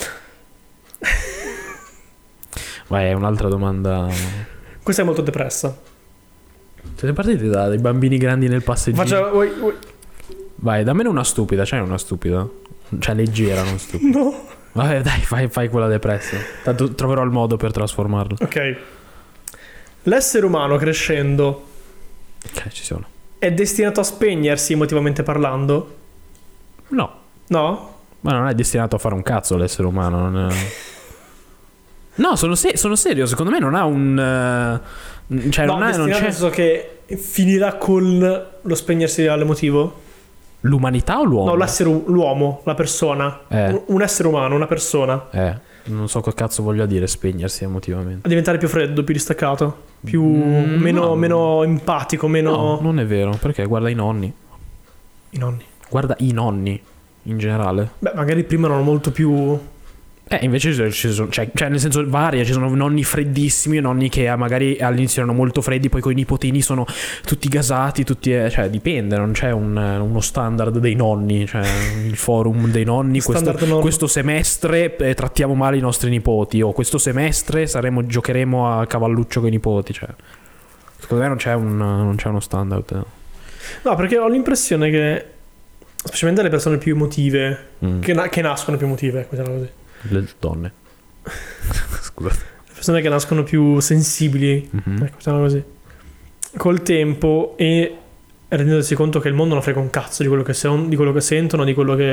vai, un'altra domanda. Questa è molto depressa. Siete partiti da dei bambini grandi nel passeggino? Faccio. Vuoi, vuoi- Vai, dammene una stupida, c'hai una stupida? Cioè leggera, non stupida. No. Vabbè, dai, fai, fai quella depressa. Tanto troverò il modo per trasformarla. Ok. L'essere umano crescendo Ok, ci sono. è destinato a spegnersi emotivamente parlando? No, No? ma non è destinato a fare un cazzo l'essere umano. Non è... No, sono, se- sono serio. Secondo me non ha un. eh, Cioè, no, non, ha, non destinato c'è. nel senso che finirà con lo spegnersi all'emotivo? L'umanità o l'uomo? No, l'essere u- l'uomo, la persona. Eh. Un, un essere umano, una persona. Eh, non so che cazzo voglia dire spegnersi emotivamente. A diventare più freddo, più distaccato, più Mm, meno, no. meno empatico, meno. No, non è vero. Perché guarda i nonni. I nonni. Guarda i nonni in generale. Beh, magari prima erano molto più. Eh, invece ci ci sono, cioè, cioè, nel senso varia, ci sono nonni freddissimi, nonni che eh, magari all'inizio erano molto freddi, poi con i nipotini sono tutti gasati, tutti, eh, cioè dipende, non c'è un, uno standard dei nonni, cioè il forum dei nonni, questo, Standard nonni. questo semestre eh, trattiamo male i nostri nipoti, o questo semestre saremo, giocheremo a cavalluccio con i nipoti, cioè secondo me non c'è, un, non c'è uno standard. eh. No, perché ho l'impressione che, specialmente le persone più emotive, Mm, che, na- che nascono più emotive, diciamo così. le donne. Scusate. Le persone che nascono più sensibili, Mhm. ecco, diciamo così. Col tempo e rendendosi conto che il mondo non frega un cazzo di quello che, son- di quello che sentono, di quello che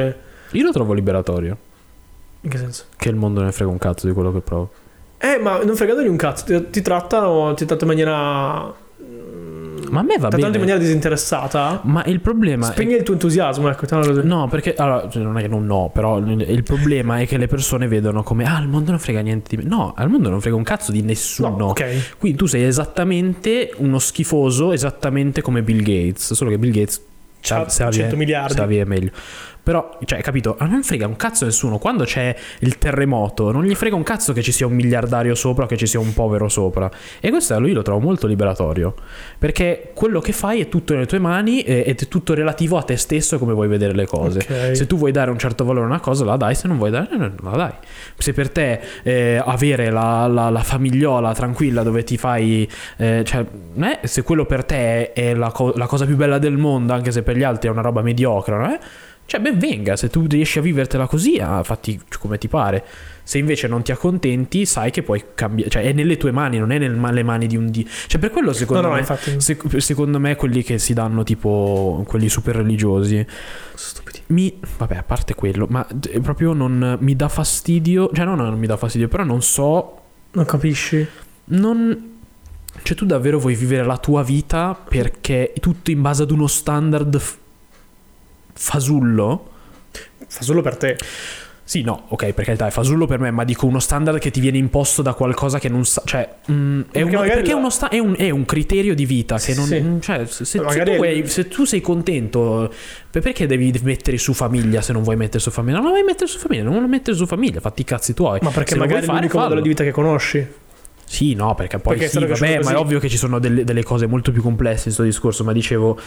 Io lo trovo liberatorio. In che senso? Che il mondo ne frega un cazzo di quello che provo. Eh, ma non fregandogli un cazzo, ti, ti trattano, ti trattano in maniera... Ma a me va bene. in maniera disinteressata. Ma il problema spegne è... il tuo entusiasmo, ecco. No, perché allora, non è che non no, però il problema è che le persone vedono come ah, il mondo non frega niente di me. No, al mondo non frega un cazzo di nessuno. No, ok. Quindi tu sei esattamente uno schifoso, esattamente come Bill Gates, solo che Bill Gates c'ha cento miliardi. Stavi è meglio. Però, cioè, capito? A non frega un cazzo nessuno. Quando c'è il terremoto, non gli frega un cazzo che ci sia un miliardario sopra o che ci sia un povero sopra. E questo a lui lo trovo molto liberatorio. Perché quello che fai è tutto nelle tue mani ed è tutto relativo a te stesso e come vuoi vedere le cose. Okay. Se tu vuoi dare un certo valore a una cosa, la dai. Se non vuoi dare, non la dai. Se per te eh, avere la, la, la famigliola tranquilla dove ti fai... Eh, cioè, eh, se quello per te è la, co- la cosa più bella del mondo, anche se per gli altri è una roba mediocre, no? Eh? Cioè, ben venga, se tu riesci a vivertela così, ah, fatti come ti pare. Se invece non ti accontenti, sai che puoi cambiare. Cioè, è nelle tue mani, non è nelle mani di un dio. Cioè, per quello, secondo no, no, me, infatti... sec- secondo me, quelli che si danno, tipo, quelli super religiosi, stupidi. Mi, vabbè, a parte quello, ma d- proprio non mi dà fastidio. Cioè, no, no, non mi dà fastidio, però non so. Non capisci? Non. Cioè, tu davvero vuoi vivere la tua vita perché tutto in base ad uno standard f- fasullo? Fasullo per te. Sì, no, ok, per carità, è fasullo per me, ma dico uno standard che ti viene imposto da qualcosa che non sa. Cioè, mh, è, perché uno, perché la... uno sta, è, un, è un criterio di vita che non. Sì. Cioè, se, se, se, tu vuoi, se tu sei contento, perché devi mettere su famiglia se non vuoi mettere su famiglia? Non la vuoi mettere su famiglia, non vuoi mettere su famiglia, fatti i cazzi tuoi. Ma perché se magari è l'unico modello di vita che conosci. Sì, no, perché poi perché sì, vabbè, ma è ovvio che ci sono delle, delle cose molto più complesse in questo discorso, ma dicevo.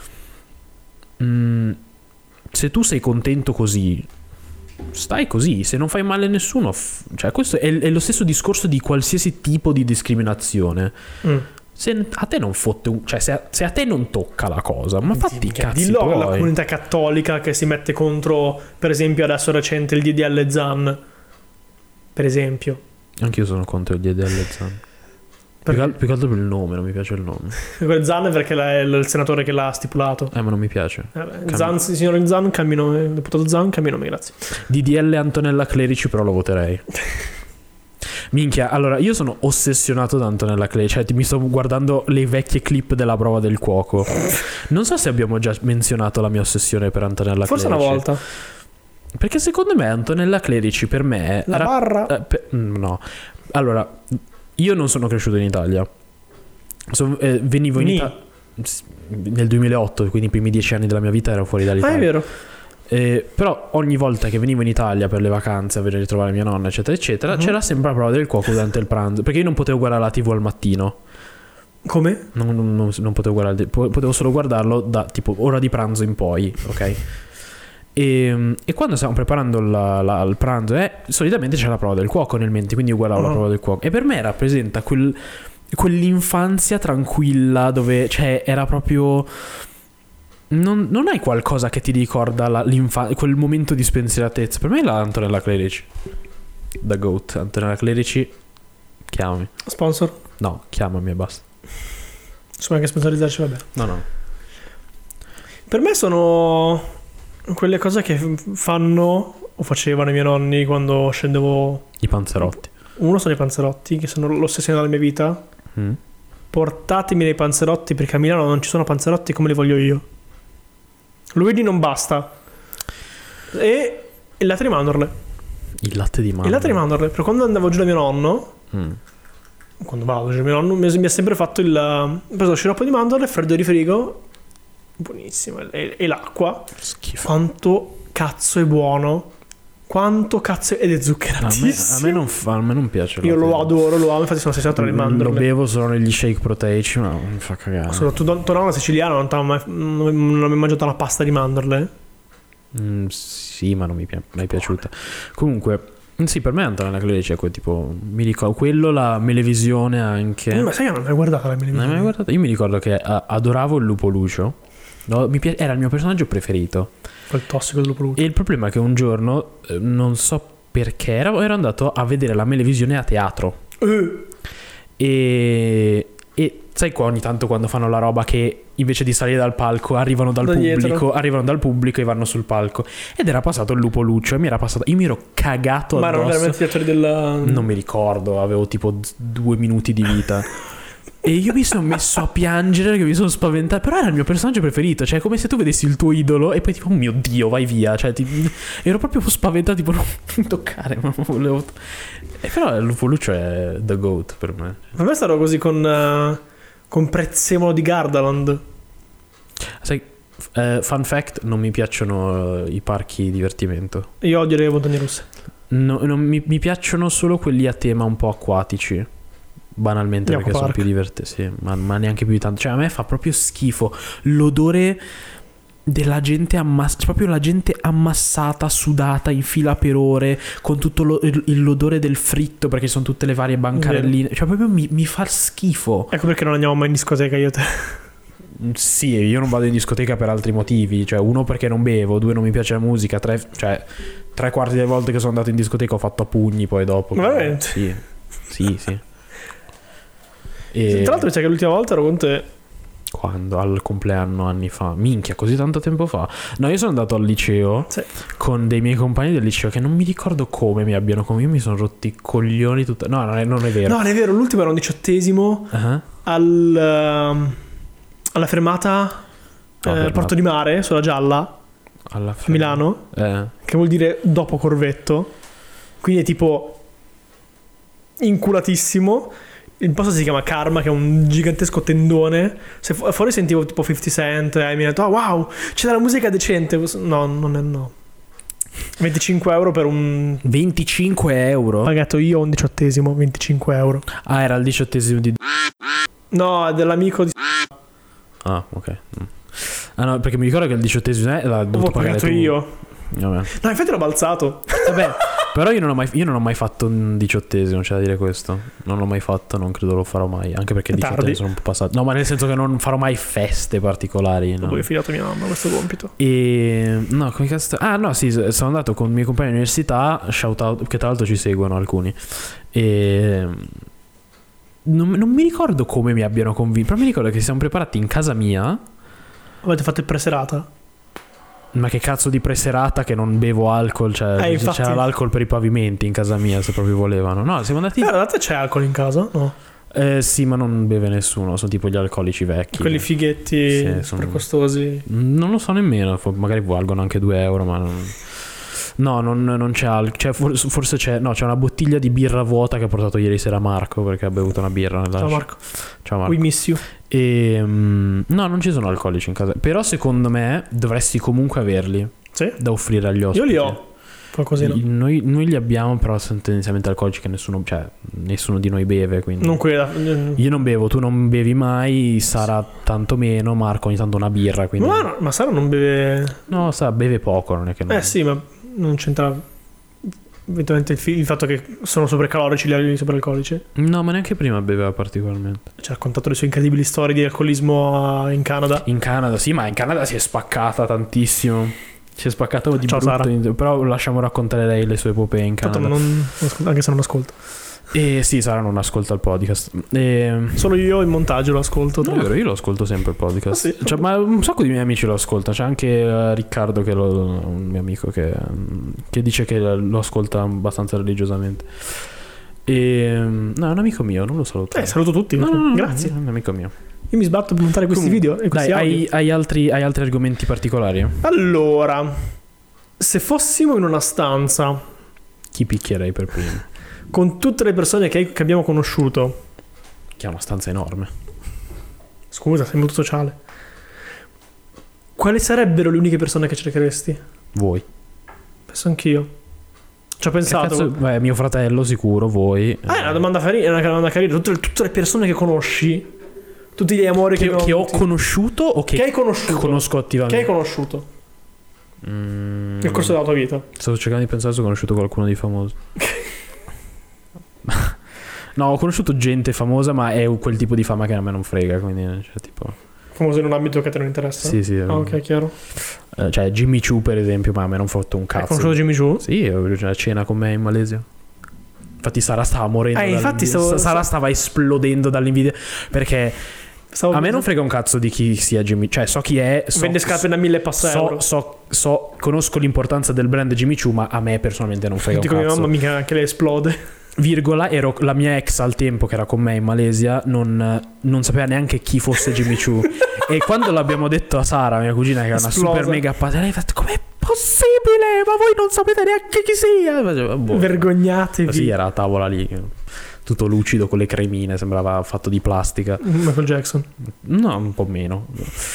Mh, se tu sei contento così, stai così, se non fai male a nessuno, f- cioè questo è, è lo stesso discorso di qualsiasi tipo di discriminazione. Mm. Se a te non fotte un, cioè se a, se a te non tocca la cosa, ma fatti i cazzi dillo tuoi. alla comunità cattolica che si mette contro, per esempio adesso recente il D D L Zan, per esempio. Anch'io sono contro il D D L Zan. Più che, più che altro per il nome, non mi piace il nome. Zan è perché è il senatore che l'ha stipulato. Eh, ma non mi piace. Eh, Zan, signor Zan, cambio nome, deputato Zan, cambio nome, grazie. D D L Antonella Clerici però lo voterei. Minchia, allora io sono ossessionato da Antonella Clerici, cioè mi sto guardando le vecchie clip della prova del cuoco. Non so se abbiamo già menzionato la mia ossessione per Antonella Forse Clerici. Forse una volta. Perché secondo me Antonella Clerici per me... La ra- barra? Eh, per, no. Allora, io non sono cresciuto in Italia. So, eh, venivo in Italia nel duemilaotto, quindi i primi dieci anni della mia vita ero fuori dall'Italia. Ah, è vero. Eh, però ogni volta che venivo in Italia per le vacanze a vedere ritrovare mia nonna eccetera eccetera, uh-huh, c'era sempre la prova del cuoco durante il pranzo, perché io non potevo guardare la tivù al mattino. Come? Non, non, non potevo guardare, potevo solo guardarlo da tipo ora di pranzo in poi, ok? E, e quando stavamo preparando la, la, il pranzo, eh, solitamente c'è la prova del cuoco nel mente, quindi io guardavo uh-huh. la prova del cuoco e per me rappresenta quel, quell'infanzia tranquilla dove, cioè, era proprio... Non, non hai qualcosa che ti ricorda la, quel momento di spensieratezza? Per me è la Antonella Clerici. The Goat. Antonella Clerici, chiamami. Sponsor? No, chiamami e basta. Insomma, che sponsorizzarci, vabbè. No, no. Per me sono quelle cose che fanno o facevano i miei nonni quando scendevo. I panzerotti. Uno sono i panzerotti, che sono l'ossessione della mia vita. Mm. Portatemi nei panzerotti, perché a Milano non ci sono panzerotti come li voglio io. Luigi non basta. E il latte di mandorle. Il latte di mandorle. Il latte di mandorle. Per quando andavo giù da mio nonno, mm. quando vado giù da mio nonno, mi ha sempre fatto il... Ho preso lo sciroppo di mandorle, freddo di frigo, buonissimo. E, e l'acqua. Schifo. Quanto cazzo è buono. Quanto cazzo è... Ed è zuccheratissimo. A me, a me, non, fa, a me non piace. Io lo adoro, lo amo. Infatti sono ossessionato alle mandorle. Lo bevo solo negli shake proteici, ma mi fa cagare. Soprattutto tuo nonno siciliano non, mai, non ho mai mangiato una pasta di mandorle. Mm, sì, ma non mi è mai piaciuta. Comunque, sì, per me Antonella Clerici è quel tipo... Mi ricordo quello, la Melevisione anche. Eh, ma sai che non hai mai guardato la Melevisione? Non hai mai guardato? Io mi ricordo che adoravo il Lupo Lucio. No, mi piace, era il mio personaggio preferito. Quel tossico del Lupo Lucio. E il problema è che un giorno, non so perché, ero, ero andato a vedere la Melevisione a teatro. Uh. E E sai qua ogni tanto quando fanno la roba che invece di salire dal palco arrivano dal Da pubblico, dietro. arrivano dal pubblico e vanno sul palco. Ed era passato il lupo Lucio e mi era passato, io mi ero cagato Ma erano addosso. veramente gli attori della... Non mi ricordo, avevo tipo z- due minuti di vita. E io mi sono messo a piangere perché mi sono spaventato. Però era il mio personaggio preferito. Cioè, è come se tu vedessi il tuo idolo e poi tipo, oh mio Dio, vai via. Cioè, ti... ero proprio spaventato, tipo, non mi toccare, ma volevo... E però il lupo Lucio è the goat per me. Per me è stato così con, uh, con Prezzemolo di Gardaland. Sai, eh, fun fact, non mi piacciono eh, i parchi divertimento. Io odio le montagne russe. No, non mi, mi piacciono solo quelli a tema un po' acquatici. Banalmente, Gli perché sono acquapark. più divertenti, sì, ma, ma neanche più di tanto. Cioè, a me fa proprio schifo l'odore della gente ammassata, proprio la gente ammassata, sudata in fila per ore, con tutto lo- il- l'odore del fritto, perché sono tutte le varie bancarelline. Cioè, proprio mi, mi fa schifo. Ecco perché non andiamo mai in discoteca io e te. Sì, io non vado in discoteca per altri motivi. Cioè, uno perché non bevo, due non mi piace la musica, tre, cioè, tre quarti delle volte che sono andato in discoteca ho fatto a pugni poi dopo. Ma veramente? Sì, sì, sì. E... Tra l'altro mi sa che l'ultima volta ero con te. Quando? Al compleanno anni fa. Minchia, così tanto tempo fa. No, io sono andato al liceo Sì. con dei miei compagni del liceo che non mi ricordo come mi abbiano come io mi sono rotti i coglioni tutta... No, non è, non è vero. No, non è vero, l'ultimo era un diciottesimo Uh-huh. al, ehm, alla fermata eh, fermata. Porto di Mare, sulla Gialla, Alla a fine. Milano, Eh. che vuol dire dopo Corvetto. Quindi è tipo inculatissimo. Il posto si chiama Karma, che è un gigantesco tendone. Se fu- fuori sentivo tipo fifty Cent e mi ha detto, oh, wow, c'è della musica decente. No, non è no. venticinque euro per un... venticinque euro? Pagato io un diciottesimo, venticinque euro. Ah, era il diciottesimo di... No, è dell'amico di... Ah, ok. Mm. Ah no, perché mi ricordo che il diciottesimo eh, l'ha L'ho dovuto pagare pagato tu. io. Vabbè. No, infatti l'ho balzato. Vabbè, però io non, ho mai, io non ho mai fatto un diciottesimo, c'è da dire questo. Non l'ho mai fatto, non credo lo farò mai. Anche perché il È diciotto tardi. sono un po' passato. No, ma nel senso che non farò mai feste particolari. No. Dopo che ho fidato mia mamma questo compito. E no, come cazzo. Ah, no, sì, sono andato con i miei compagni di università. Shout out, che tra l'altro ci seguono alcuni. E. Non, non mi ricordo come mi abbiano convinto. Però mi ricordo che ci siamo preparati in casa mia. Avete fatto il preserata? Ma che cazzo di preserata che non bevo alcol. Cioè, Eh, infatti. c'era l'alcol per i pavimenti in casa mia, se proprio volevano. No, siamo andati. Eh, guardate, c'è alcol in casa? No. Eh, sì, ma non beve nessuno. Sono tipo gli alcolici vecchi. Quelli fighetti, Sì, sono- precostosi. Non lo so nemmeno. fo- Magari valgono anche due euro, ma non. No, non, non c'è alcol. Cioè, forse, forse c'è. No, c'è una bottiglia di birra vuota che ha portato ieri sera Marco, perché ha bevuto una birra nella. Ciao Marco. Ciao Marco. We miss you. E, mm, no, non ci sono alcolici in casa. Però secondo me dovresti comunque averli Sì? da offrire agli Io ospiti. li ho. Qualcosina. I- Noi, noi li abbiamo, però sono tendenzialmente alcolici che nessuno, cioè, nessuno di noi beve. Quindi. Non quelli da... Io non bevo, tu non bevi mai, Sara tanto meno, Marco ogni tanto una birra. Quindi. Ma, no, ma Sara non beve... No, Sara beve poco, non è che non. Eh sì, ma non c'entra... Eventualmente il, fi- il fatto che sono sovracalorici gli sopralcolici. No, ma neanche prima beveva particolarmente. Ci ha raccontato le sue incredibili storie di alcolismo a- in Canada. In Canada, sì, ma in Canada si è spaccata tantissimo. Si è spaccata di Ciao, brutto. Sara. in- Però lasciamo raccontare lei le sue epopee in Tanto Canada. non, non ascolto, anche se non ascolto. E sì, Sara non ascolta il podcast. E... Solo io in montaggio lo ascolto. No, è vero, io lo ascolto sempre il podcast. Ah, sì? Cioè, ma un sacco di miei amici lo ascoltano. C'è anche eh, Riccardo, che lo, un mio amico, che, che dice che lo ascolta abbastanza religiosamente. E no, è un amico mio, non lo saluto. Eh, saluto tutti. No, no, no, Grazie. È un amico mio. Io mi sbatto per montare questi Comunque, video e questi Dai, audio. hai, hai altri, hai altri argomenti particolari? Allora, se fossimo in una stanza Chi picchierei per primo? con tutte le persone che, che abbiamo conosciuto, Che ha una stanza enorme. scusa, sei molto sociale, quali sarebbero le uniche persone che cercheresti? Voi. Penso anch'io. Ci ho Che pensato. cazzo- beh, mio fratello sicuro, voi. Ah, è una domanda carina, è una domanda carina. Tutte, le- tutte le persone che conosci, tutti gli amori che, Che, abbiamo che ho avuto- conosciuto o che, che hai conosciuto, conosco che attivamente? hai conosciuto Mm, nel corso della tua vita. Sto cercando di pensare se ho conosciuto qualcuno di famoso. No, ho conosciuto gente famosa, ma è quel tipo di fama che a me non frega, quindi cioè, tipo Famoso in un ambito che a te non interessa. sì, sì. Ah, ok, chiaro. eh, cioè Jimmy Choo per esempio, ma a me non ha fatto un Hai cazzo. conosciuto Jimmy Choo? Sì, ho avuto una cena con me in Malesia. Infatti Sara stava morendo. Eh, infatti stavo- Sara stava esplodendo dall'invidia. Perché Stavo a me non frega un cazzo di chi sia Jimmy. Cioè, so chi è. So, Vende scarpe da mille passa so, euro. so, so, conosco l'importanza del brand Jimmy Choo, ma a me personalmente non frega Dico un mia cazzo. mamma mica anche lei esplode. Virgola, ero la mia ex al tempo che era con me in Malesia, non, non sapeva neanche chi fosse Jimmy Choo. E quando l'abbiamo detto a Sara, mia cugina, che è una Esplosa. super mega appassionata, lei ha fatto: com'è possibile? Ma voi non sapete neanche chi sia? Facevo, boh. Vergognatevi. Sì, era a tavola lì, tutto lucido con le cremine, sembrava fatto di plastica. Michael Jackson. No, un po' meno.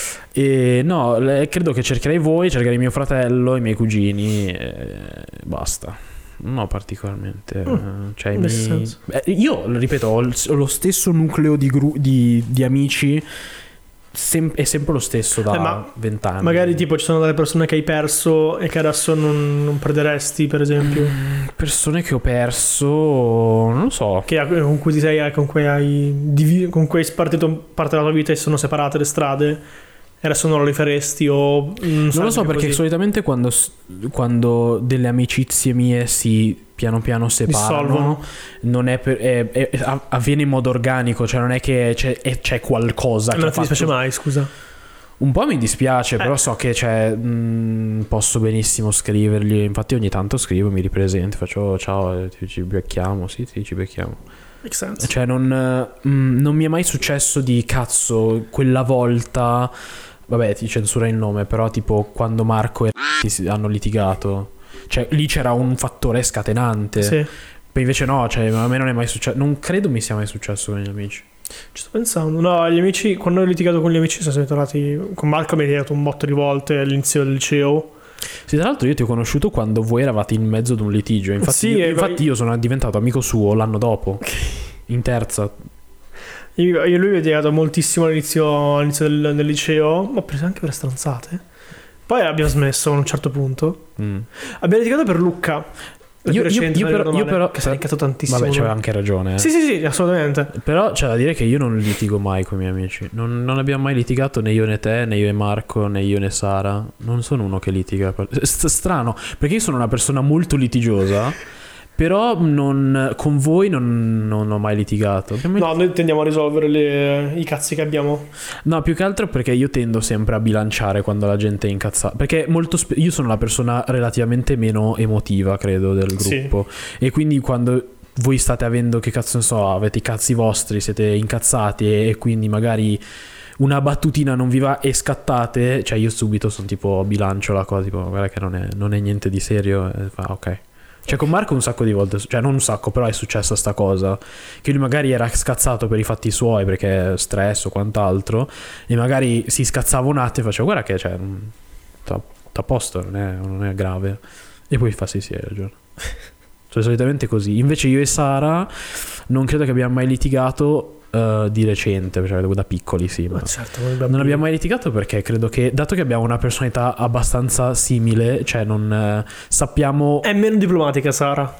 E no, le- credo che cercherei voi, cercherei mio fratello, i miei cugini e basta. No, particolarmente. Mm, eh, cioè, nel mi... senso. Beh, io ripeto, ho, il- ho lo stesso nucleo di, gru- di, di amici. sem- è sempre lo stesso Eh, da ma vent'anni. Magari tipo ci sono delle persone che hai perso e che adesso non, non perderesti, per esempio. Mm, persone che ho perso, non lo so. Che con cui ti sei, con cui hai divi- con cui hai spartito parte della tua vita e sono separate le strade. E adesso non lo rifaresti o non, Non lo so, perché così. solitamente quando, s- quando delle amicizie mie si piano piano separano, Dissolvono. non è per, è- è- a- avviene in modo organico, cioè non è che c'è, è- c'è qualcosa che Non ha ti dispiace fatto- mai, scusa. Un po' mi dispiace, Eh. però so che cioè, mh, posso benissimo scrivergli. Infatti ogni tanto scrivo, mi ripresento, faccio "Oh, ciao, eh, ci- ci becchiamo", sì sì ci becchiamo. Make sense. Cioè non, eh, mh, non mi è mai successo di cazzo quella volta. Vabbè, ti censura il nome, però tipo quando Marco e si- hanno litigato, cioè lì c'era un fattore scatenante. Sì. Poi invece no, cioè a me non è mai successo, non credo mi sia mai successo con gli amici. Ci sto pensando. No, gli amici, quando ho litigato con gli amici sono sempre tornati. Con Marco mi ha litigato un botto di volte all'inizio del liceo. Sì, tra l'altro io ti ho conosciuto quando voi eravate in mezzo ad un litigio. Infatti, Sì, io, e infatti vai- io sono diventato amico suo l'anno dopo, in terza. Io, io e lui ho litigato moltissimo all'inizio, all'inizio del, del liceo. Ma ho preso anche per stronzate. Poi abbiamo smesso a un certo punto. Mm. Abbiamo litigato per Lucca. Per Io- più io- recente, io se non però- ricordo io male, però- che si è incazzato tantissimo. Vabbè, c'aveva lui. anche ragione. eh. Sì, sì, sì, assolutamente. Però c'è da dire che io non litigo mai con i miei amici. Non, non abbiamo mai litigato né io né te, né io e Marco, né io né Sara. Non sono uno che litiga. St- strano, perché io sono una persona molto litigiosa. Però non, con voi non, non ho mai litigato. Abbiamo No, noi tendiamo a risolvere le- i cazzi che abbiamo. No, più che altro perché io tendo sempre a bilanciare quando la gente è incazzata. Perché molto spe- io sono la persona relativamente meno emotiva, credo, del Sì. gruppo. E quindi quando voi state avendo, che cazzo ne so, avete i cazzi vostri, siete incazzati e, e quindi magari una battutina non vi va e scattate, cioè io subito sono tipo bilancio la cosa, tipo guarda che non è, non è niente di serio. E fa ok. Cioè con Marco un sacco di volte, cioè non un sacco, però è successa sta cosa, che lui magari era scazzato per i fatti suoi perché stress o quant'altro, e magari si scazzava un attimo e faceva guarda che cioè sta a posto, non è, non è grave, e poi fa sì sì hai ragione. Cioè solitamente così. Invece io e Sara non credo che abbiamo mai litigato uh, di recente, cioè da piccoli sì, ma Ma certo, come non abbiamo mai litigato perché credo che, dato che abbiamo una personalità abbastanza simile, cioè non eh, sappiamo, È meno diplomatica Sara.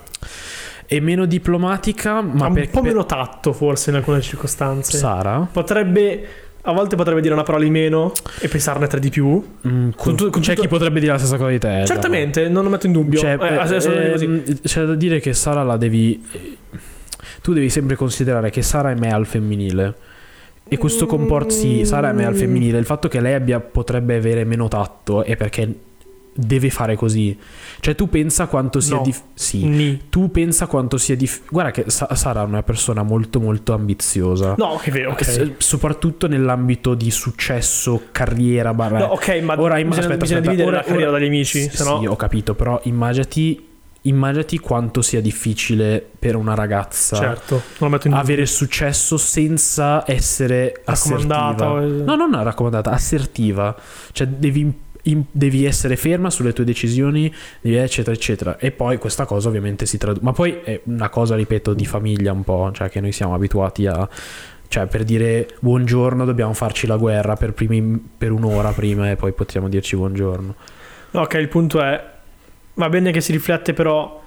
è meno diplomatica, ma Ha un per, po' per- meno tatto forse in alcune circostanze. Sara Potrebbe, a volte potrebbe dire una parola di meno e pensarne tre di più. mm, Con tu- con c'è tutto- chi potrebbe dire la stessa cosa di te. Certamente, non lo metto in dubbio. Cioè, Eh, assolutamente così. ehm, c'è da dire che Sara la devi, tu devi sempre considerare che Sara è me al femminile. E questo comporta, sì, Sara è me al femminile. Il fatto che lei abbia, potrebbe avere meno tatto è perché deve fare così. Cioè tu pensa quanto sia No. dif- sì. Ni. Tu pensa quanto sia dif- guarda che Sa- Sara è una persona molto molto ambiziosa. No, che vero, ok. S- soprattutto nell'ambito di successo, carriera, barra. No, ok, ma Ora imma- bisogna, aspetta, bisogna aspetta. dividere Ora- la carriera ora- dagli amici, Sì, se no... sì, ho capito, però immaginati immaginati quanto sia difficile per una ragazza Certo, non lo metto in dubbio. avere successo senza essere Raccomandata, assertiva. eh. No, non raccomandata, assertiva. Cioè devi, im- devi essere ferma sulle tue decisioni, devi eccetera eccetera. E poi questa cosa ovviamente si traduce. Ma poi è una cosa, ripeto, di famiglia un po', cioè che noi siamo abituati a, cioè per dire buongiorno dobbiamo farci la guerra per, primi, per un'ora prima e poi possiamo dirci buongiorno. No, ok, il punto è... Va bene che si riflette però...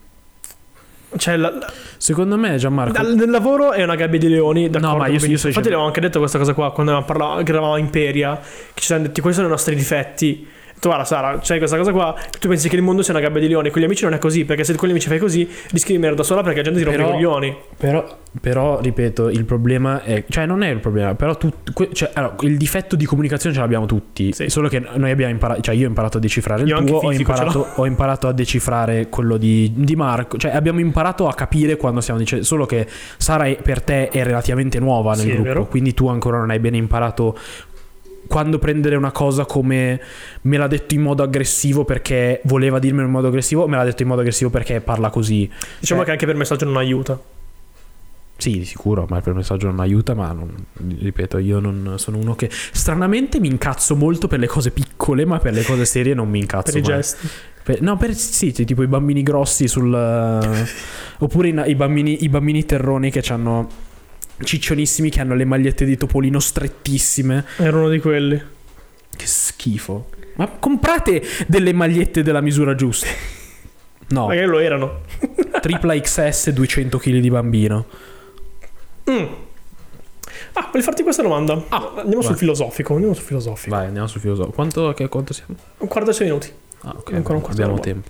Cioè, la, la- Secondo me Gianmarco dal- nel lavoro è una gabbia di leoni, d'accordo, No, ma io- io benissimo. sto Infatti dicendo- avevo anche detto questa cosa qua quando avevamo parlato, che eravamo a Imperia, che ci siamo detti quali sono i nostri difetti Tu guarda Sara, c'è questa cosa qua, tu pensi che il mondo sia una gabbia di leoni, con gli amici non è così, perché se con gli amici fai così rischi di rimanere da sola perché la gente ti rompe i coglioni. Però, però, ripeto, il problema è, cioè non è il problema, però tu, cioè, allora, il difetto di comunicazione ce l'abbiamo tutti, sì. Solo che noi abbiamo imparato, cioè io ho imparato a decifrare il io tuo, ho imparato, ho imparato a decifrare quello di, di Marco, cioè abbiamo imparato a capire quando stiamo dicendo, solo che Sara è, per te è relativamente nuova nel sì, gruppo, quindi tu ancora non hai bene imparato quando prendere una cosa come me l'ha detto in modo aggressivo perché voleva dirmelo in modo aggressivo, me l'ha detto in modo aggressivo perché parla così. Diciamo cioè, che anche per messaggio non aiuta. Sì, di sicuro, ma per messaggio non aiuta, ma non, ripeto, io non sono uno che stranamente mi incazzo molto per le cose piccole, ma per le cose serie non mi incazzo per mai. I gesti. Per, no, per sì, tipo i bambini grossi sul oppure i, i bambini i bambini terroni che hanno ciccionissimi, che hanno le magliette di Topolino strettissime. Era uno di quelli. Che schifo. Ma comprate delle magliette della misura giusta. No. Magari lo erano. Tripla X S, duecento chili di bambino. Mm. Ah, voglio farti questa domanda. Ah, andiamo vai. sul filosofico. Andiamo sul filosofico. Vai, andiamo sul filosofico. Quanto, che, quanto siamo? Un quarto di sei minuti. Ah, ok. Ancora un quarto abbiamo tempo.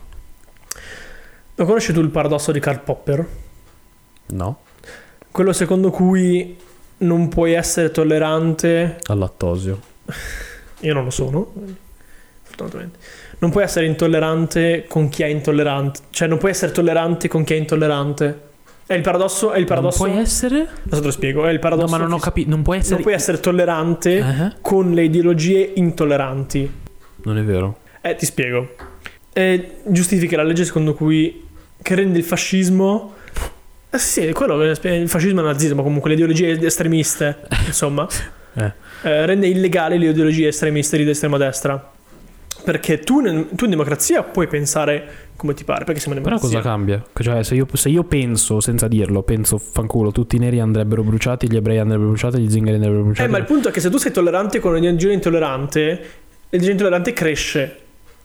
Lo conosci tu il paradosso di Karl Popper? No. Quello secondo cui non puoi essere tollerante al lattosio. Io non lo sono, fortunatamente. Non puoi essere intollerante con chi è intollerante. Cioè non puoi essere tollerante con chi è intollerante. È il paradosso, è il paradosso. Non puoi essere? Adesso te lo spiego, è il paradosso. No, ma non ho capito, non puoi essere Non puoi essere tollerante uh-huh. con le ideologie intolleranti. Non è vero. Eh, ti spiego. Eh, giustifica la legge secondo cui che rende il fascismo Eh sì, quello il fascismo e il nazismo, comunque le ideologie estremiste, insomma, eh. Eh, rende illegale le ideologie estremiste di estrema destra. Perché tu, tu in democrazia puoi pensare come ti pare, perché siamo in democrazia. Però cosa cambia? Cioè, se io, se io penso, senza dirlo, penso fanculo, tutti i neri andrebbero bruciati, gli ebrei andrebbero bruciati, gli zingari andrebbero bruciati. Eh, ma il punto è che se tu sei tollerante con un'ideologia intollerante, l'ideologia intollerante cresce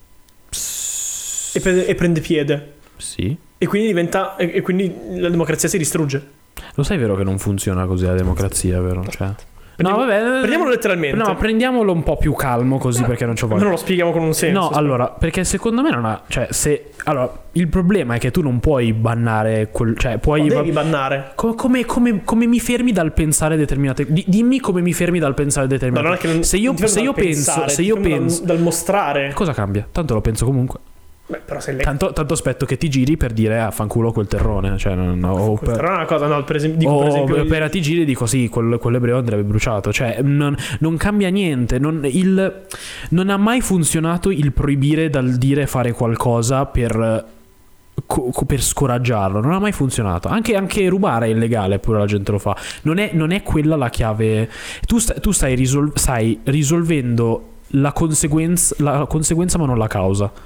e prende, e prende piede. Sì. E quindi diventa e, e quindi la democrazia si distrugge. Lo sai vero che non funziona così la democrazia, vero? Cioè No, vabbè, prendiamolo letteralmente. No, prendiamolo un po' più calmo così, perché non c'ho voglia. Non lo spieghiamo con un senso. No, aspetta. Allora, perché secondo me non ha, cioè se allora, il problema è che tu non puoi bannare quel, cioè puoi no, devi bannare. Come, come, come, come mi fermi dal pensare determinate di, dimmi come mi fermi dal pensare determinate. No, non è che non, se io se io penso, pensare, se io penso dal, dal mostrare. Cosa cambia? Tanto lo penso comunque. Beh, però se lei... tanto, tanto aspetto che ti giri per dire ah, fanculo quel terrone, cioè non, o per... Però è una cosa, no, per esempio, dico, o per esempio per io... ti giri dico sì, quel, quell'ebreo andrebbe bruciato, cioè non, non cambia niente, non, il, non ha mai funzionato il proibire dal dire fare qualcosa per, co, per scoraggiarlo, non ha mai funzionato, anche, anche rubare è illegale, eppure la gente lo fa, non è, non è quella la chiave, tu, sta, tu stai, risol, stai risolvendo la conseguenza, la conseguenza ma non la causa.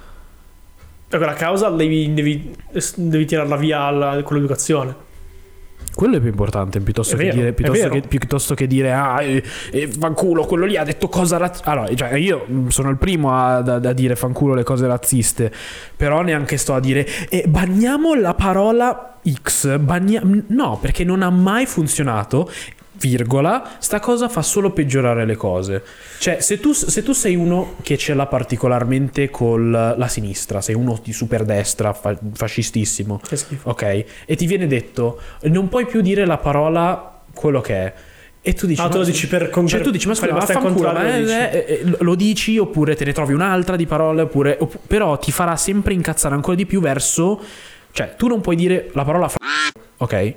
La causa devi, devi, devi tirarla via alla, con l'educazione. Quello è più importante piuttosto, che, vero, dire, piuttosto, che, piuttosto che dire ah eh, eh, fanculo quello lì ha detto cosa razzista. Allora, cioè, io sono il primo a, a, a dire fanculo le cose razziste, però neanche sto a dire eh, banniamo la parola X, bagna... no, perché non ha mai funzionato. Virgola, sta cosa fa solo peggiorare le cose. Cioè, se tu, se tu sei uno che ce l'ha particolarmente con la sinistra, sei uno di super destra, fa, fascistissimo, che schifo, ok? E ti viene detto non puoi più dire la parola quello che è. E tu dici, ah, ma, tu lo dici per cioè tu dici ma scusa, vaffanculo, ma lo, dici. Eh, eh, lo dici oppure te ne trovi un'altra di parole oppure, opp- però ti farà sempre incazzare ancora di più verso, cioè tu non puoi dire la parola f- ok?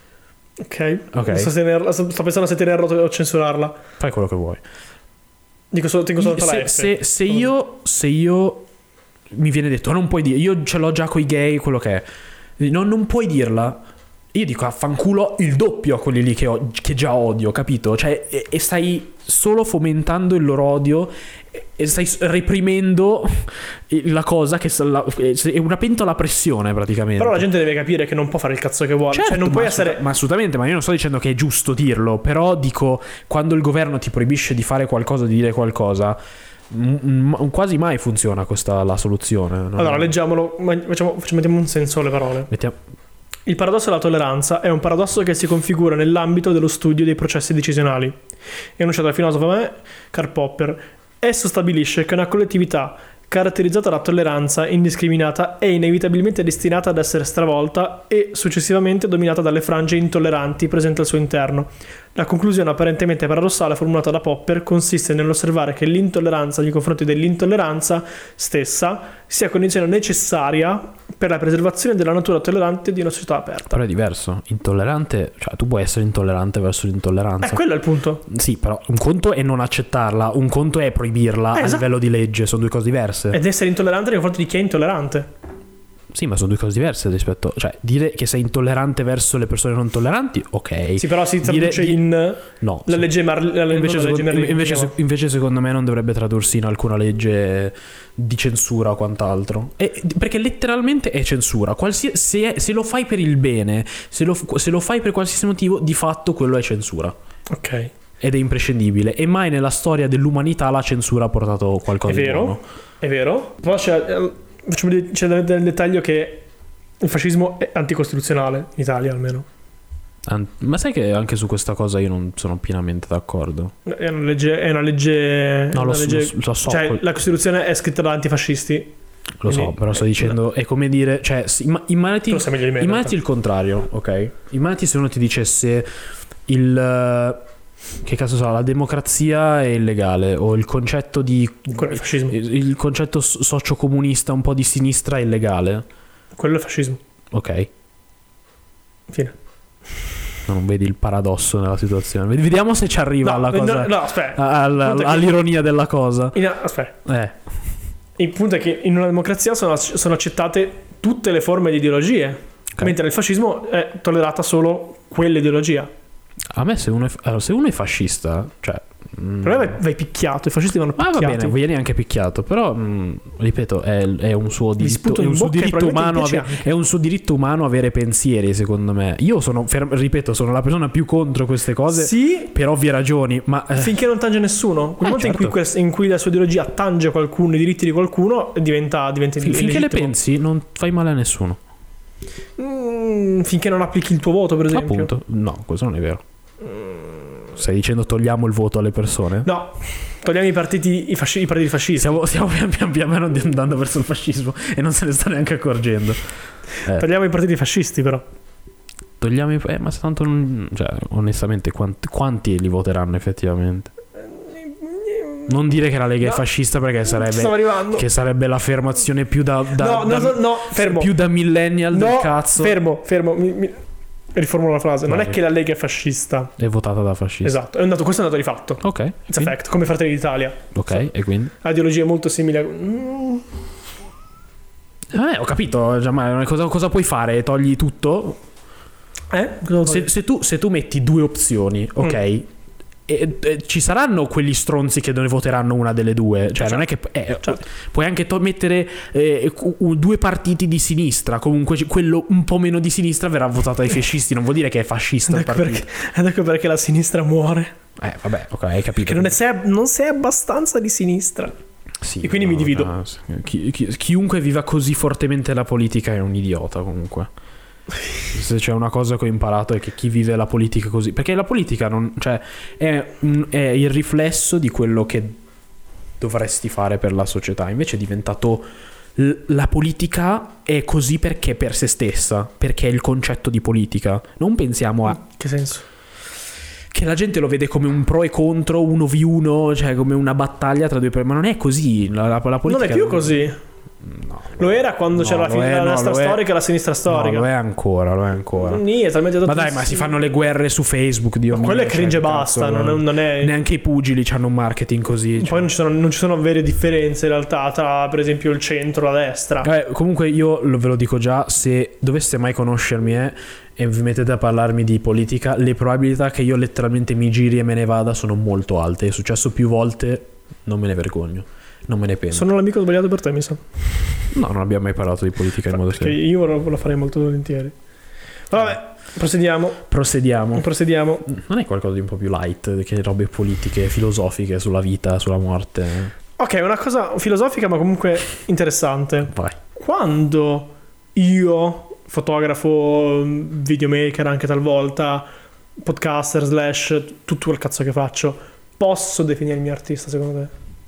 Ok, okay. Sto, tenerla, sto pensando se tenerla o censurarla. Fai quello che vuoi. Dico solo, tengo solo se, la F. Se, se io Se io mi viene detto non puoi dire, io ce l'ho già coi gay, quello che è, non, non puoi dirla. Io dico affanculo il doppio a quelli lì che, ho, che già odio, capito? Cioè, e, e stai solo fomentando il loro odio e, e stai reprimendo la cosa che la, è una pentola a pressione praticamente. Però la gente deve capire che non può fare il cazzo che vuole. Certo, cioè non puoi ma essere assolut- ma assolutamente, ma io non sto dicendo che è giusto dirlo, però dico quando il governo ti proibisce di fare qualcosa, di dire qualcosa, m- m- quasi mai funziona questa la soluzione. Non allora è... leggiamolo, facciamo, facciamo mettiamo un senso alle parole. Mettiamo... Il paradosso della tolleranza è un paradosso che si configura nell'ambito dello studio dei processi decisionali, enunciato dal filosofo Karl Popper. Esso stabilisce che una collettività caratterizzata da tolleranza indiscriminata è inevitabilmente destinata ad essere stravolta e successivamente dominata dalle frange intolleranti presenti al suo interno. La conclusione apparentemente paradossale formulata da Popper consiste nell'osservare che l'intolleranza nei confronti dell'intolleranza stessa sia condizione necessaria per la preservazione della natura tollerante di una società aperta. Però è diverso. Intollerante, cioè tu puoi essere intollerante verso l'intolleranza. Eh, quello è il punto. Sì, però un conto è non accettarla, un conto è proibirla Eh, a esatto. livello di legge, sono due cose diverse. Ed essere intollerante nei confronti di chi è intollerante. Sì, ma sono due cose diverse rispetto, cioè dire che sei intollerante verso le persone non tolleranti, ok. Sì, però si traduce Dire- in No. la sì. legge Mar- la legge, Invece, non la legge secondo, Merlin, invece, si chiama. invece secondo me non dovrebbe tradursi in alcuna legge di censura o quant'altro. E- perché letteralmente è censura. Qualsiasi, se, è- se lo fai per il bene, se lo, se lo fai per qualsiasi motivo, di fatto quello è censura. Ok. Ed è imprescindibile. E mai nella storia dell'umanità la censura ha portato È qualcosa di vero, buono. è vero. Poi c'è, eh, facciamo di- c'è del, del dettaglio che il fascismo è anticostituzionale, in Italia almeno. An- ma sai che anche su questa cosa io non sono pienamente d'accordo. È una legge... È una legge, No, una lo so, legge- lo so, cioè, quel- la Costituzione è scritta da antifascisti. Lo so, Quindi- però sto dicendo, è come dire, cioè, sì, imma- immaginati, Tu lo sai meglio di me, in immaginati il contrario, ok? Immaginati se uno ti dicesse il... eh, che cazzo so, la democrazia è illegale, o il concetto di... Quello è il fascismo. il il concetto so- sociocomunista un po' di sinistra è illegale, Quello è il fascismo. ok? Fine. Non vedi il paradosso nella situazione. Ved- Vediamo se ci arriva alla no, cosa, no, no, aspetta. a- al- Punto è che- all'ironia della cosa. In- aspetta. Eh, Il punto è che in una democrazia sono, sono accettate tutte le forme di ideologie, ok. mentre nel fascismo è tollerata solo quell'ideologia. A me se uno è, allora, se uno è fascista, cioè... mm, Per me vai, vai picchiato, i fascisti vanno Ah, picchiati. va bene, vieni anche picchiato, però mh, ripeto, è, è un suo diritto, sputo è in un suo bocca e diritto probabilmente umano in ave- piace anche. è un suo diritto umano avere pensieri, secondo me. Io sono, ferm- ripeto, sono la persona più contro queste cose Sì, per ovvie ragioni, ma eh, finché non tange nessuno. Quel Eh, momento in, certo. cui quel- in cui la sua ideologia tange qualcuno, i diritti di qualcuno, diventa, diventa fin- finché le illegittimo. pensi non fai male a nessuno. Mm, finché non applichi il tuo voto, per esempio. Appunto, no, questo non è vero. Stai dicendo togliamo il voto alle persone? No, togliamo i partiti, i, fasci- i partiti fascisti. Stiamo, stiamo pian pian piano andando verso il fascismo e non se ne sta neanche accorgendo. Eh. Togliamo i partiti fascisti, però. Togliamo i... Eh, ma se tanto non... Cioè, onestamente, quanti, quanti li voteranno effettivamente? Non dire che la Lega No. è fascista perché Stavo sarebbe... arrivando. Che sarebbe l'affermazione più da... da- no, no, da- no, no, fermo. Più da millennial del No, cazzo. fermo, fermo. Mi, mi- riformulo la frase. Non Vai. è che la Lega è fascista. È votata da fascista. Esatto, è un dato, questo è un dato di fatto. Ok. It's a quindi- fact, come Fratelli d'Italia. Ok, e quindi? Ha ideologie molto simili a... Mm, Eh, ho capito, Gianmarco, cosa, cosa puoi fare? Togli tutto? eh? Cosa Se, se tu, se tu metti due opzioni, ok, Mm. e, e ci saranno quegli stronzi che ne voteranno una delle due. Cioè, non è che eh, Certo. puoi anche to- mettere eh, cu- u- due partiti di sinistra. Comunque, c- quello un po' meno di sinistra verrà votato dai fascisti. Non vuol dire che è fascista il Ed ecco, partito. perché, ed ecco perché la sinistra muore. Eh, vabbè, ok, hai capito. Che non, è, sei, non sei abbastanza di sinistra. Sì, e quindi mi divido. no, sì. Chi- chi- chiunque viva così fortemente la politica è un idiota, comunque. Se c'è una cosa che ho imparato è che chi vive la politica così, perché la politica non, cioè, è, un- è il riflesso di quello che dovresti fare per la società. Invece è diventato l- la politica è così perché per se stessa, perché è il concetto di politica. Non pensiamo a Che senso? che la gente lo vede come un pro e contro, uno v uno, cioè come una battaglia tra due per... ma non è così. La, la, la politica Non è più così. No. Lo era quando No, c'era la lo fine è, della no, destra lo è. storica e la sinistra storica. No, lo è ancora, lo è ancora. Nì, è talmente Ma dai, ma si fanno le guerre su Facebook, Dio Ma mio. quello è cringe e cioè, basta, cazzo, non è- non è- Neanche i pugili hanno un marketing così. Poi cioè. non ci, sono, non ci sono vere differenze in realtà tra, per esempio, il centro e la destra. Eh, comunque io lo, ve lo dico già, se doveste mai conoscermi eh, e vi mettete a parlarmi di politica, le probabilità che io letteralmente mi giri e me ne vada sono molto alte. È successo più volte, non me ne vergogno, non me ne pento. Sono l'amico sbagliato per te, mi sa. No, non abbiamo mai parlato di politica in modo Perché serio. io lo, lo farei molto volentieri. Vabbè, procediamo. Procediamo. Procediamo. Non è qualcosa di un po' più light, che robe politiche, filosofiche sulla vita, sulla morte? Ok, una cosa filosofica ma comunque interessante. Vai. Quando io, fotografo, videomaker anche talvolta, podcaster slash tutto il cazzo che faccio, posso definirmi artista secondo te?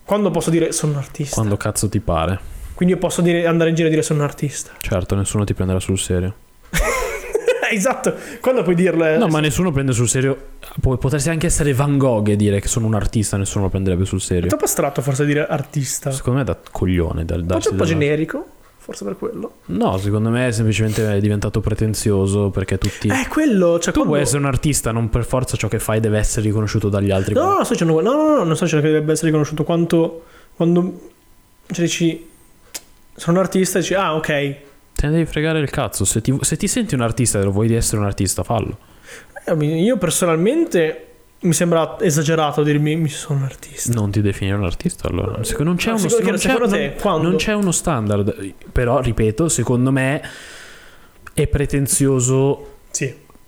Quando posso dire sono un artista? Quando cazzo ti pare. Quindi io posso dire, andare in giro e dire sono un artista. Certo, nessuno ti prenderà sul serio. Esatto, quando puoi dirlo? È... No, ma nessuno prende sul serio. Pu- Potresti anche essere Van Gogh e dire che sono un artista, nessuno lo prenderebbe sul serio. È troppo astratto forse dire artista. Secondo me è da coglione. Da, Ma c'è un po' generico, forse per quello. No, secondo me è semplicemente diventato pretenzioso perché tutti... È quello, cioè Tu quando... vuoi essere un artista, non per forza ciò che fai deve essere riconosciuto dagli altri. No, no, no, sto dicendo, no, no, no, non sto dicendo che debba essere riconosciuto. Quanto, quando cioè dici sono un artista e dici ah ok. Te ne devi fregare il cazzo. Se ti, se ti senti un artista e lo vuoi di essere un artista, fallo. Eh, io personalmente mi sembra esagerato dirmi mi sono un artista. Non ti definire un artista allora. Secondo, non c'è no, uno secondo, non, secondo c'è, te, non, quando? non c'è uno standard. Però, ripeto, secondo me è pretenzioso. Sì.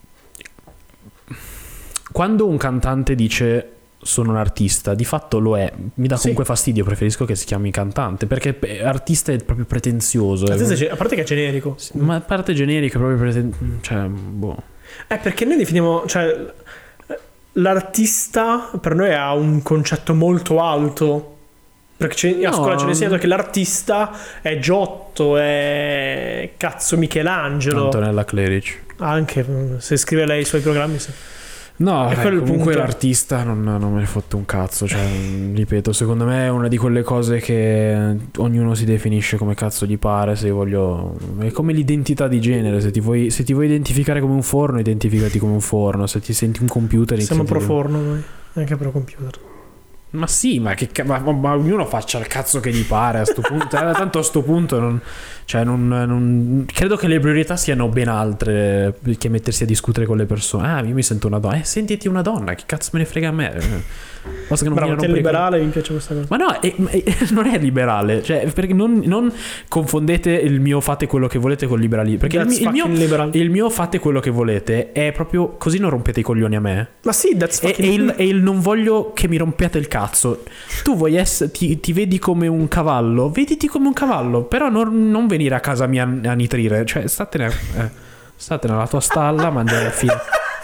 Quando un cantante dice sono un artista, di fatto lo è. Mi dà comunque sì. fastidio, preferisco che si chiami cantante, perché artista è proprio pretenzioso. Artista, a parte che è generico. Sì, ma a parte generico è proprio pretenzioso. Cioè, boh. Eh, perché noi definiamo, cioè, l'artista per noi ha un concetto molto alto. Perché no. a scuola ci hanno insegnato che l'artista è Giotto, è cazzo Michelangelo. Antonella Clerici. Anche se scrive lei i suoi programmi, sì. No, è eh, comunque l'artista non, non me ne fotte un cazzo. Cioè, ripeto, secondo me è una di quelle cose che ognuno si definisce come cazzo gli pare. Se voglio, è come l'identità di genere. Se ti vuoi, se ti vuoi identificare come un forno, identificati come un forno. Se ti senti un computer, siamo pro come... forno noi, anche pro computer. Ma sì, ma, che, ma, ma ognuno faccia il cazzo che gli pare a sto punto. Tanto a sto punto non, cioè non, non, credo che le priorità siano ben altre che mettersi a discutere con le persone. Ah, io mi sento una donna. Eh, sentiti una donna, che cazzo me ne frega a me. Basta che non Bravo, te è liberale, mi piace questa cosa. Ma no, è, è, non è liberale. Cioè, perché non, non confondete il mio fate quello che volete con liberalismo. Perché il, il, mio, il mio fate quello che volete è proprio così, non rompete i coglioni a me. Ma sì, that's e, e, il, e il non voglio che mi rompiate il cazzo. Tu vuoi essere, ti, ti vedi come un cavallo, vediti come un cavallo, però non, non venire a casa mia a nitrire. Cioè, statene, eh, statene alla tua stalla a mangiare il filo.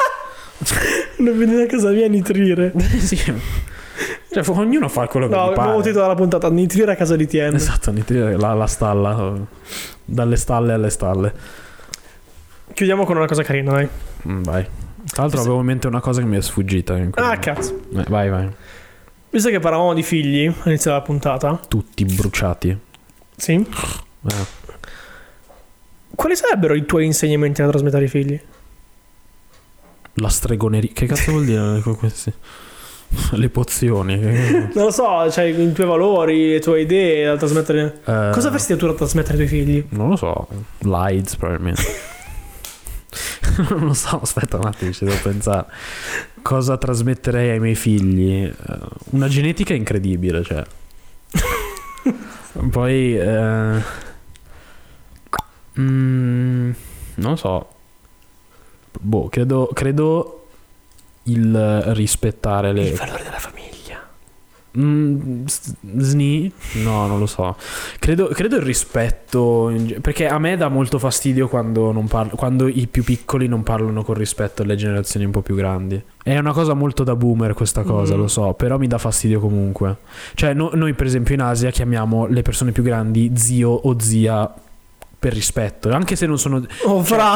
Non venire a casa mia a nitrire. Sì. Cioè, ognuno fa quello che no, gli pare. No, nuovo titolo della puntata: nitrire a casa di T M. Esatto, nitrire la, la stalla. Dalle stalle alle stalle. Chiudiamo con una cosa carina, dai. Mm, vai. Tra l'altro avevo in mente una cosa che mi è sfuggita. In ah, cazzo. Eh, vai, vai. Visto che parlavamo di figli all'inizio della puntata. Tutti bruciati. Sì. Eh. Quali sarebbero i tuoi insegnamenti da trasmettere ai figli? La stregoneria. Che cazzo vuol dire questi? Le pozioni. Non lo so, cioè i tuoi valori, le tue idee da trasmettere. Uh, Cosa avresti tu da trasmettere ai tuoi figli? Non lo so. L'AIDS probabilmente. Non lo so, aspetta un attimo, ci devo pensare. Cosa trasmetterei ai miei figli? Uh, una genetica incredibile, cioè. Poi uh, mm, non so. Boh, credo credo il rispettare le il valore della famiglia. Mm, sni? No, non lo so. Credo, credo il rispetto, perché a me dà molto fastidio quando non parlo, quando i più piccoli non parlano con rispetto alle generazioni un po' più grandi. È una cosa molto da boomer questa cosa, mm. lo so, però mi dà fastidio comunque. Cioè no, noi per esempio in Asia chiamiamo le persone più grandi zio o zia per rispetto, anche se non sono oh fra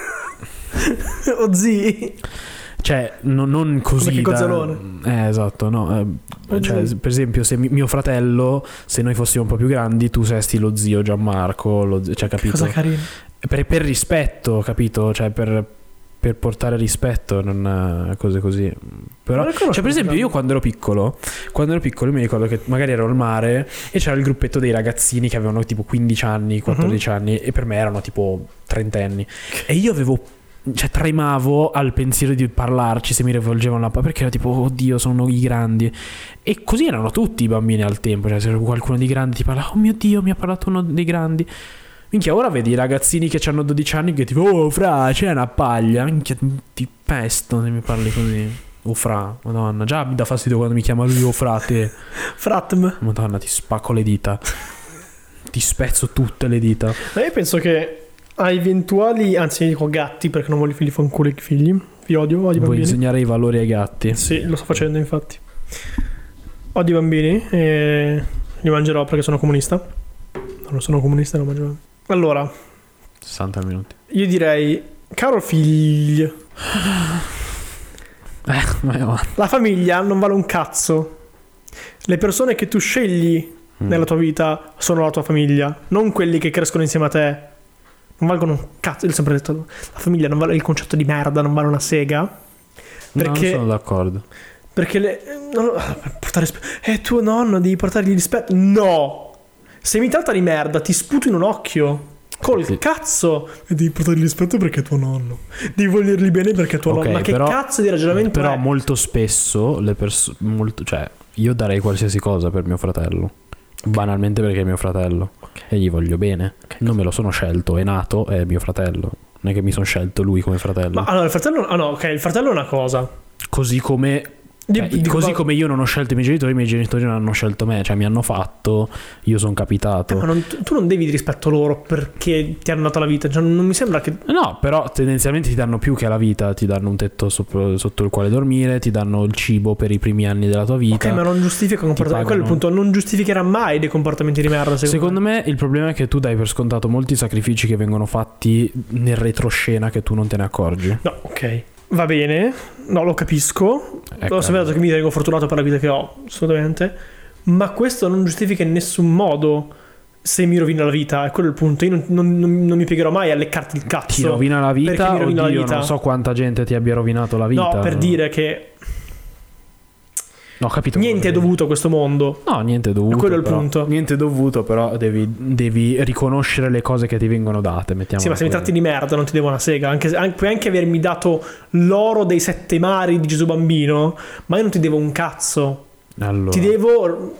o zii. Cioè, no, non così da... Eh, esatto, no. Eh, cioè, per esempio, se mi, mio fratello, se noi fossimo un po' più grandi, tu saresti lo zio Gianmarco, lo zio, cioè, capito? Che cosa carina. Per, per rispetto, capito? Cioè, per, per portare rispetto, non cose così. Però, cioè, per esempio, io quando ero piccolo, quando ero piccolo mi ricordo che magari ero al mare e c'era il gruppetto dei ragazzini che avevano tipo quindici anni, quattordici uh-huh. anni, e per me erano tipo trentenni. E io avevo... cioè tremavo al pensiero di parlarci se mi rivolgevano la perché era tipo oddio sono i grandi, e così erano tutti i bambini al tempo, cioè se qualcuno di grandi ti parla oh mio dio mi ha parlato uno dei grandi, minchia ora vedi i ragazzini che hanno dodici anni che tipo oh fra c'è una paglia, minchia ti pesto se mi parli così oh fra, madonna, già mi dà fastidio quando mi chiama lui o frate fratm, madonna ti spacco le dita ti spezzo tutte le dita. Ma io penso che a eventuali, anzi dico gatti perché non voglio figli fanculo i figli, vi odio, odio i bambini. Vuoi insegnare i valori ai gatti? Sì, lo sto facendo infatti. odio i bambini e li mangerò perché sono comunista. Non sono comunista, non mangerò. Allora, sessanta minuti. Io direi, caro figlio, eh, vai avanti. La famiglia non vale un cazzo. Le persone che tu scegli mm. nella tua vita sono la tua famiglia, non quelli che crescono insieme a te. Non valgono un cazzo. Io ho sempre detto, la famiglia non vale, il concetto di merda non vale una sega. Perché, no, non sono d'accordo. Perché le, no, portare, è tuo nonno, devi portargli rispetto. No, se mi tratta di merda ti sputo in un occhio. Col sì. cazzo, e devi portargli rispetto perché è tuo nonno, devi volerli bene perché è tuo okay, nonno. Ma che però, cazzo di ragionamento però è? molto spesso le persone, cioè io darei qualsiasi cosa per mio fratello, okay. banalmente perché è mio fratello, okay. e gli voglio bene, okay. non me lo sono scelto, è nato, è mio fratello, non è che mi sono scelto lui come fratello. Ma allora il fratello, ah no, ok, il fratello è una cosa, così come Di, eh, di così cosa... come io non ho scelto i miei genitori, i miei genitori non hanno scelto me, cioè mi hanno fatto, io sono capitato. Eh, ma non, tu non devi di rispetto loro perché ti hanno dato la vita, cioè non mi sembra che... No, però tendenzialmente ti danno più che la vita, ti danno un tetto sopra, sotto il quale dormire, ti danno il cibo per i primi anni della tua vita. Ok, ma non giustifica comportamenti, quello è il punto, non giustificherà mai dei comportamenti di merda. Secondo, secondo me. me il problema è che tu dai per scontato molti sacrifici che vengono fatti nel retroscena che tu non te ne accorgi. No, ok. Va bene, no, lo capisco. Ecco. Ho sempre detto che mi ritengo fortunato per la vita che ho, assolutamente. Ma questo non giustifica in nessun modo se mi rovina la vita. È quello il punto. Io non, non, non, non mi piegherò mai a leccarti il cazzo. Ti rovina la vita? Mi rovina Oddio, la vita. Non so quanta gente ti abbia rovinato la vita. No, per dire che No, capito. Niente è dovuto a questo mondo. No, niente è dovuto. E quello è il però, punto. Niente è dovuto, però devi, devi riconoscere le cose che ti vengono date. Mettiamo sì, ma se mi tratti di merda non ti devo una sega. Anche, anche, puoi anche avermi dato l'oro dei sette mari di Gesù bambino, ma io non ti devo un cazzo. Allora. Ti devo...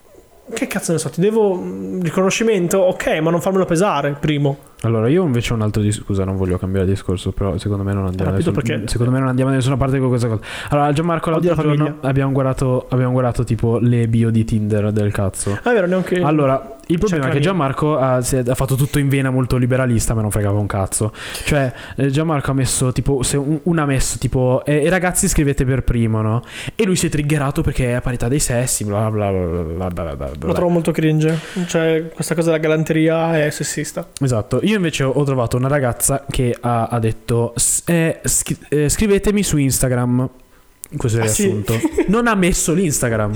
Che cazzo ne so, ti devo riconoscimento, ok, ma non farmelo pesare, primo. Allora, io invece ho un altro discorso. Scusa, non voglio cambiare discorso, però secondo me non andiamo nessun... perché... Secondo me non andiamo da nessuna parte con questa cosa. Allora, Gianmarco, l'altro giorno abbiamo guardato, abbiamo guardato tipo le bio di Tinder del cazzo. Ah, è vero, neanche... Allora, il problema è che Gianmarco ha, si è, ha fatto tutto in vena molto liberalista, ma non fregava un cazzo. Cioè, eh, Gianmarco ha messo tipo, se un, un ha messo tipo, eh, e ragazzi scrivete per primo, no? E lui si è triggerato perché è a parità dei sessi, bla bla bla bla bla bla bla. Lo trovo molto cringe. Cioè, questa cosa della galanteria è sessista. Esatto. Io invece ho, ho trovato una ragazza che ha, ha detto eh, scri- eh, scrivetemi su Instagram. Questo è il ah, riassunto. Sì? Non ha messo l'Instagram.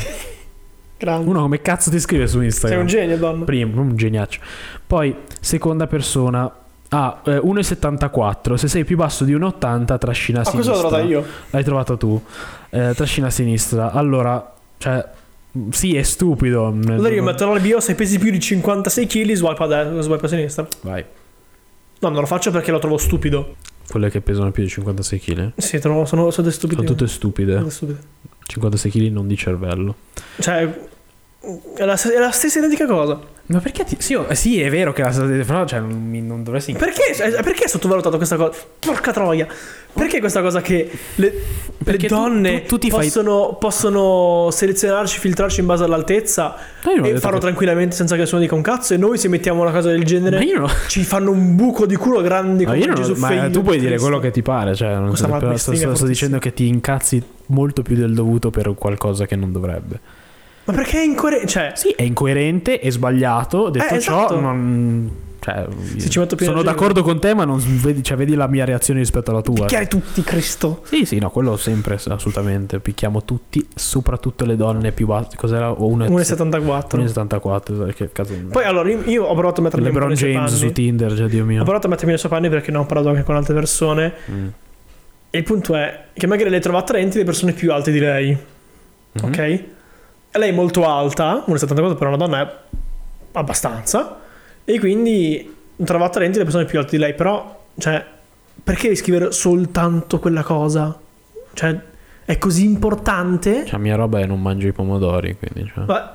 Grande. Uno come cazzo ti scrive su Instagram? Sei un genio, donna. Primo, un geniaccio. Poi, seconda persona, ah, eh, uno virgola settantaquattro. Se sei più basso di uno virgola ottanta, trascina a ah, sinistra. questo l'ho trovata io. L'hai trovato tu. Eh, trascina a sinistra. Allora, cioè, sì, è stupido. Allora io metterò la bio, se pesi più di cinquantasei chili, swipe a destra, swipe a sinistra. Vai. No, non lo faccio perché lo trovo stupido. Quelle che pesano più di cinquantasei chili? Sì, trovo, sono, sono stupide. Sono tutte stupide. Sono stupide. cinquantasei chili non di cervello. Cioè, è la, è la stessa identica cosa. Ma perché ti... sì, oh, sì, è vero che la però cioè non, non dovresti... Perché, perché è sottovalutato questa cosa? Porca troia. Perché questa cosa che le, le donne tu, tu, tu possono, fai... possono selezionarci, filtrarci in base all'altezza e farlo che... tranquillamente senza che nessuno dica un cazzo, e noi se mettiamo una cosa del genere non... ci fanno un buco di culo grande come non... Gesù ma Feio. Tu puoi dire quello che ti pare, cioè non so, però sto, sto, sto dicendo che ti incazzi molto più del dovuto per qualcosa che non dovrebbe. Ma perché è incoerente? Cioè... Sì, è incoerente, è sbagliato. Detto eh, ciò, esatto. non... Cioè, se ci metto più sono d'accordo con te, ma non vedi, cioè, vedi la mia reazione rispetto alla tua. Picchiare tutti, Cristo. Sì, sì, no, quello sempre, assolutamente. Picchiamo tutti, soprattutto le donne più basse. Cos'era? uno virgola settantaquattro. uno virgola settantaquattro, che cazzo. Poi allora, io, io ho provato a mettermi LeBron James su Tinder, cioè, Dio mio. Ho provato a mettermi nei suoi panni perché ne ho parlato anche con altre persone. Mm. E il punto è che magari lei trova attraenti le persone più alte di lei. Mm-hmm. Ok? E lei è molto alta, uno virgola settantaquattro per una donna è abbastanza, e quindi trova attraenti le persone più alte di lei. Però, cioè, perché scrivere soltanto quella cosa? Cioè, è così importante? Cioè, mia roba è non mangio i pomodori, quindi, cioè. Ma,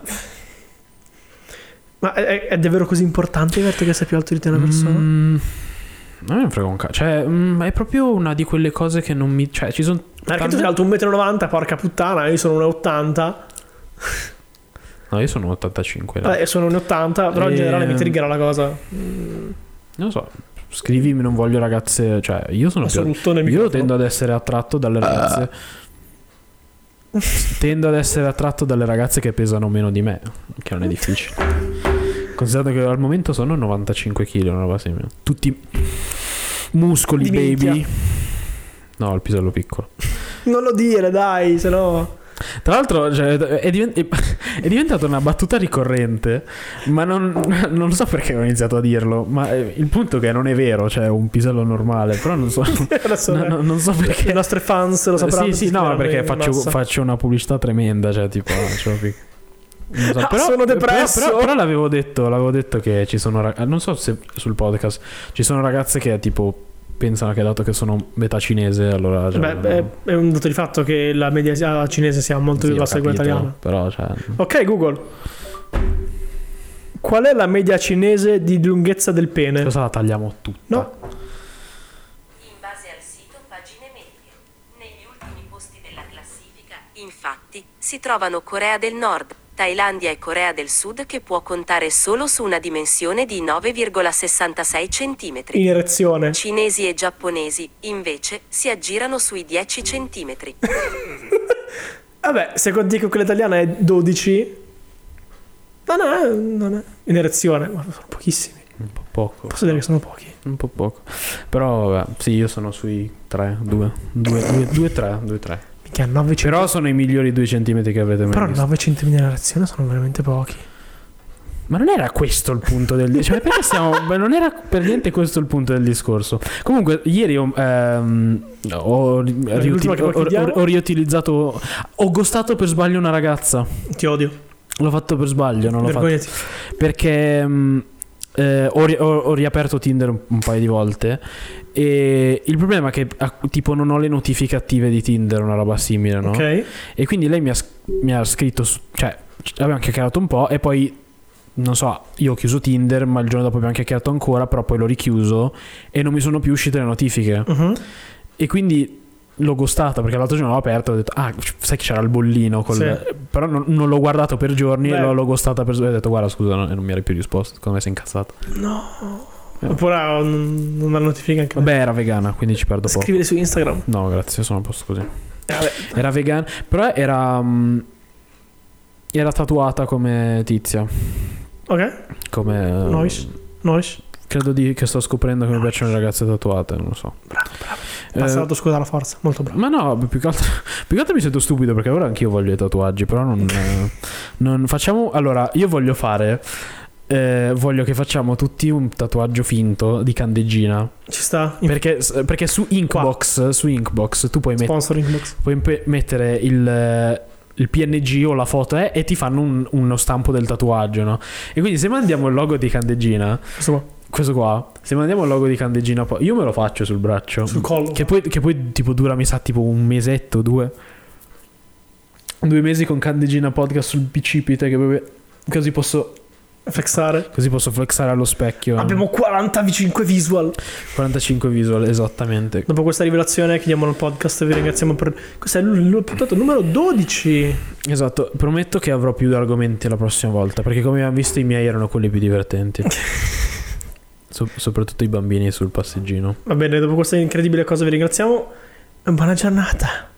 ma è, è davvero così importante per te che sei più alto di te una persona? Mm, non me ne frega un cazzo. Cioè, mm, è proprio una di quelle cose che non mi... Cioè, ci sono... Perché tante... tu sei alto uno virgola novanta metri, porca puttana, io sono uno virgola ottanta. No, io sono ottantacinque. Vabbè, io sono un ottanta, però e... in generale mi triggera la cosa. Mm. Non lo so, scrivimi non voglio ragazze, cioè io sono più... Io tendo ad essere attratto dalle ragazze. tendo ad essere attratto dalle ragazze che pesano meno di me, che non è difficile. Considerato che al momento sono novantacinque chili, una roba simile. Tutti muscoli, Di minchia. baby. No, il pisello piccolo. Non lo dire, dai, se no... Tra l'altro, cioè, è, divent- è diventata una battuta ricorrente, ma non, non so perché ho iniziato a dirlo. Ma il punto è che non è vero, cioè è un pisello normale. Però non so, Adesso, no, eh, no, non so perché. I nostri fans lo sapranno. Sì, sì, no, perché in faccio, massa. faccio una pubblicità tremenda, cioè tipo, ce l'ho pic- non so, Ah, però, sono depresso. Però, però, però l'avevo detto, l'avevo detto che ci sono rag- non so se sul podcast ci sono ragazze che tipo pensano che dato che sono metà cinese allora cioè, Beh, beh, è un dato di fatto che la media cinese sia molto sì, più ho bassa di quella capito, italiana. però cioè Ok, Google. Qual è la media cinese di lunghezza del pene? cosa la tagliamo tutta? No. In base al sito Pagine Medie, negli ultimi posti della classifica, infatti, si trovano Corea del Nord, Thailandia e Corea del Sud che può contare solo su una dimensione di nove virgola sessantasei centimetri. In erezione. Cinesi e giapponesi, invece, si aggirano sui dieci centimetri. Vabbè, se conti che quella italiana è dodici, non è, non è in erezione, ma sono pochissimi. Un po' poco. Posso dire che sono pochi. Un po' poco. Però vabbè, sì, io sono sui tre, due, due, tre, due, tre. Minchia, nove centimetri. Però sono i migliori due centimetri che avete mai Però visto. nove centimetri in erezione sono veramente pochi. Ma non era questo il punto del discorso. Cioè, perché stiamo. Beh, non era per niente questo il punto del discorso. Comunque, ieri ho, ehm, ho, riutil- l'ultima che poi ho, chiudiamo? ho, ho riutilizzato. Ho ghostato per sbaglio una ragazza. Ti odio. L'ho fatto per sbaglio, non l'ho fatto. Vergognati. Perché mh, eh, ho, ri- ho- ho riaperto Tinder un, un paio di volte. E il problema è che ah, tipo non ho le notifiche attive di Tinder, una roba simile, no? Ok. E quindi lei mi ha, s- mi ha scritto, su- cioè abbiamo chiacchierato un po' e poi non so, io ho chiuso Tinder, ma il giorno dopo abbiamo chiacchierato ancora, però poi l'ho richiuso e non mi sono più uscite le notifiche. Mhm. E quindi l'ho gostata perché l'altro giorno l'ho aperto e ho detto ah, sai che c'era il bollino col... Sì. però non, non l'ho guardato per giorni. Beh. E l'ho, l'ho gostata per e ho detto guarda scusa non, e non mi eri più risposto, secondo me sei incazzato. No. Oppure ah, non, non ha notifica anche. Vabbè, era vegana, quindi ci perdo poco. Scrivili su Instagram. No grazie, sono a posto così. Eh, vabbè. Era vegana, però era mh, era tatuata come Tizia, Ok. come Nice. Nice. credo di, che sto scoprendo che mi piacciono le ragazze tatuate, non lo so. Bravo, bravo. Eh, Passato scusa alla forza. Molto bravo. ma no, più che altro, più che altro mi sento stupido perché ora anch'io voglio i tatuaggi, però non, eh, non facciamo. Allora, io voglio fare. Eh, voglio che facciamo tutti un tatuaggio finto di candeggina. Ci sta. Perché, perché su Inkbox, su Inkbox tu puoi, met- Sponsor Inbox. puoi impe- mettere il, il P N G o la foto eh, e ti fanno un- uno stampo del tatuaggio, no? E quindi se mandiamo il logo di candeggina, Questo qua. questo qua, se mandiamo il logo di candeggina, poi io me lo faccio sul braccio. Sul collo. Che poi, che poi tipo dura, mi sa, tipo un mesetto, due. Due mesi con candeggina podcast sul bicipite, che proprio- così posso, Flexare. così posso flexare allo specchio. Abbiamo quarantacinque visual. quarantacinque visual, esattamente. Dopo questa rivelazione chiudiamo il podcast e vi ringraziamo per... Questo è il il puntato numero dodici. Esatto, prometto che avrò più argomenti la prossima volta, perché come abbiamo visto i miei erano quelli più divertenti. So- soprattutto i bambini sul passeggino. Va bene, dopo questa incredibile cosa vi ringraziamo. Buona giornata.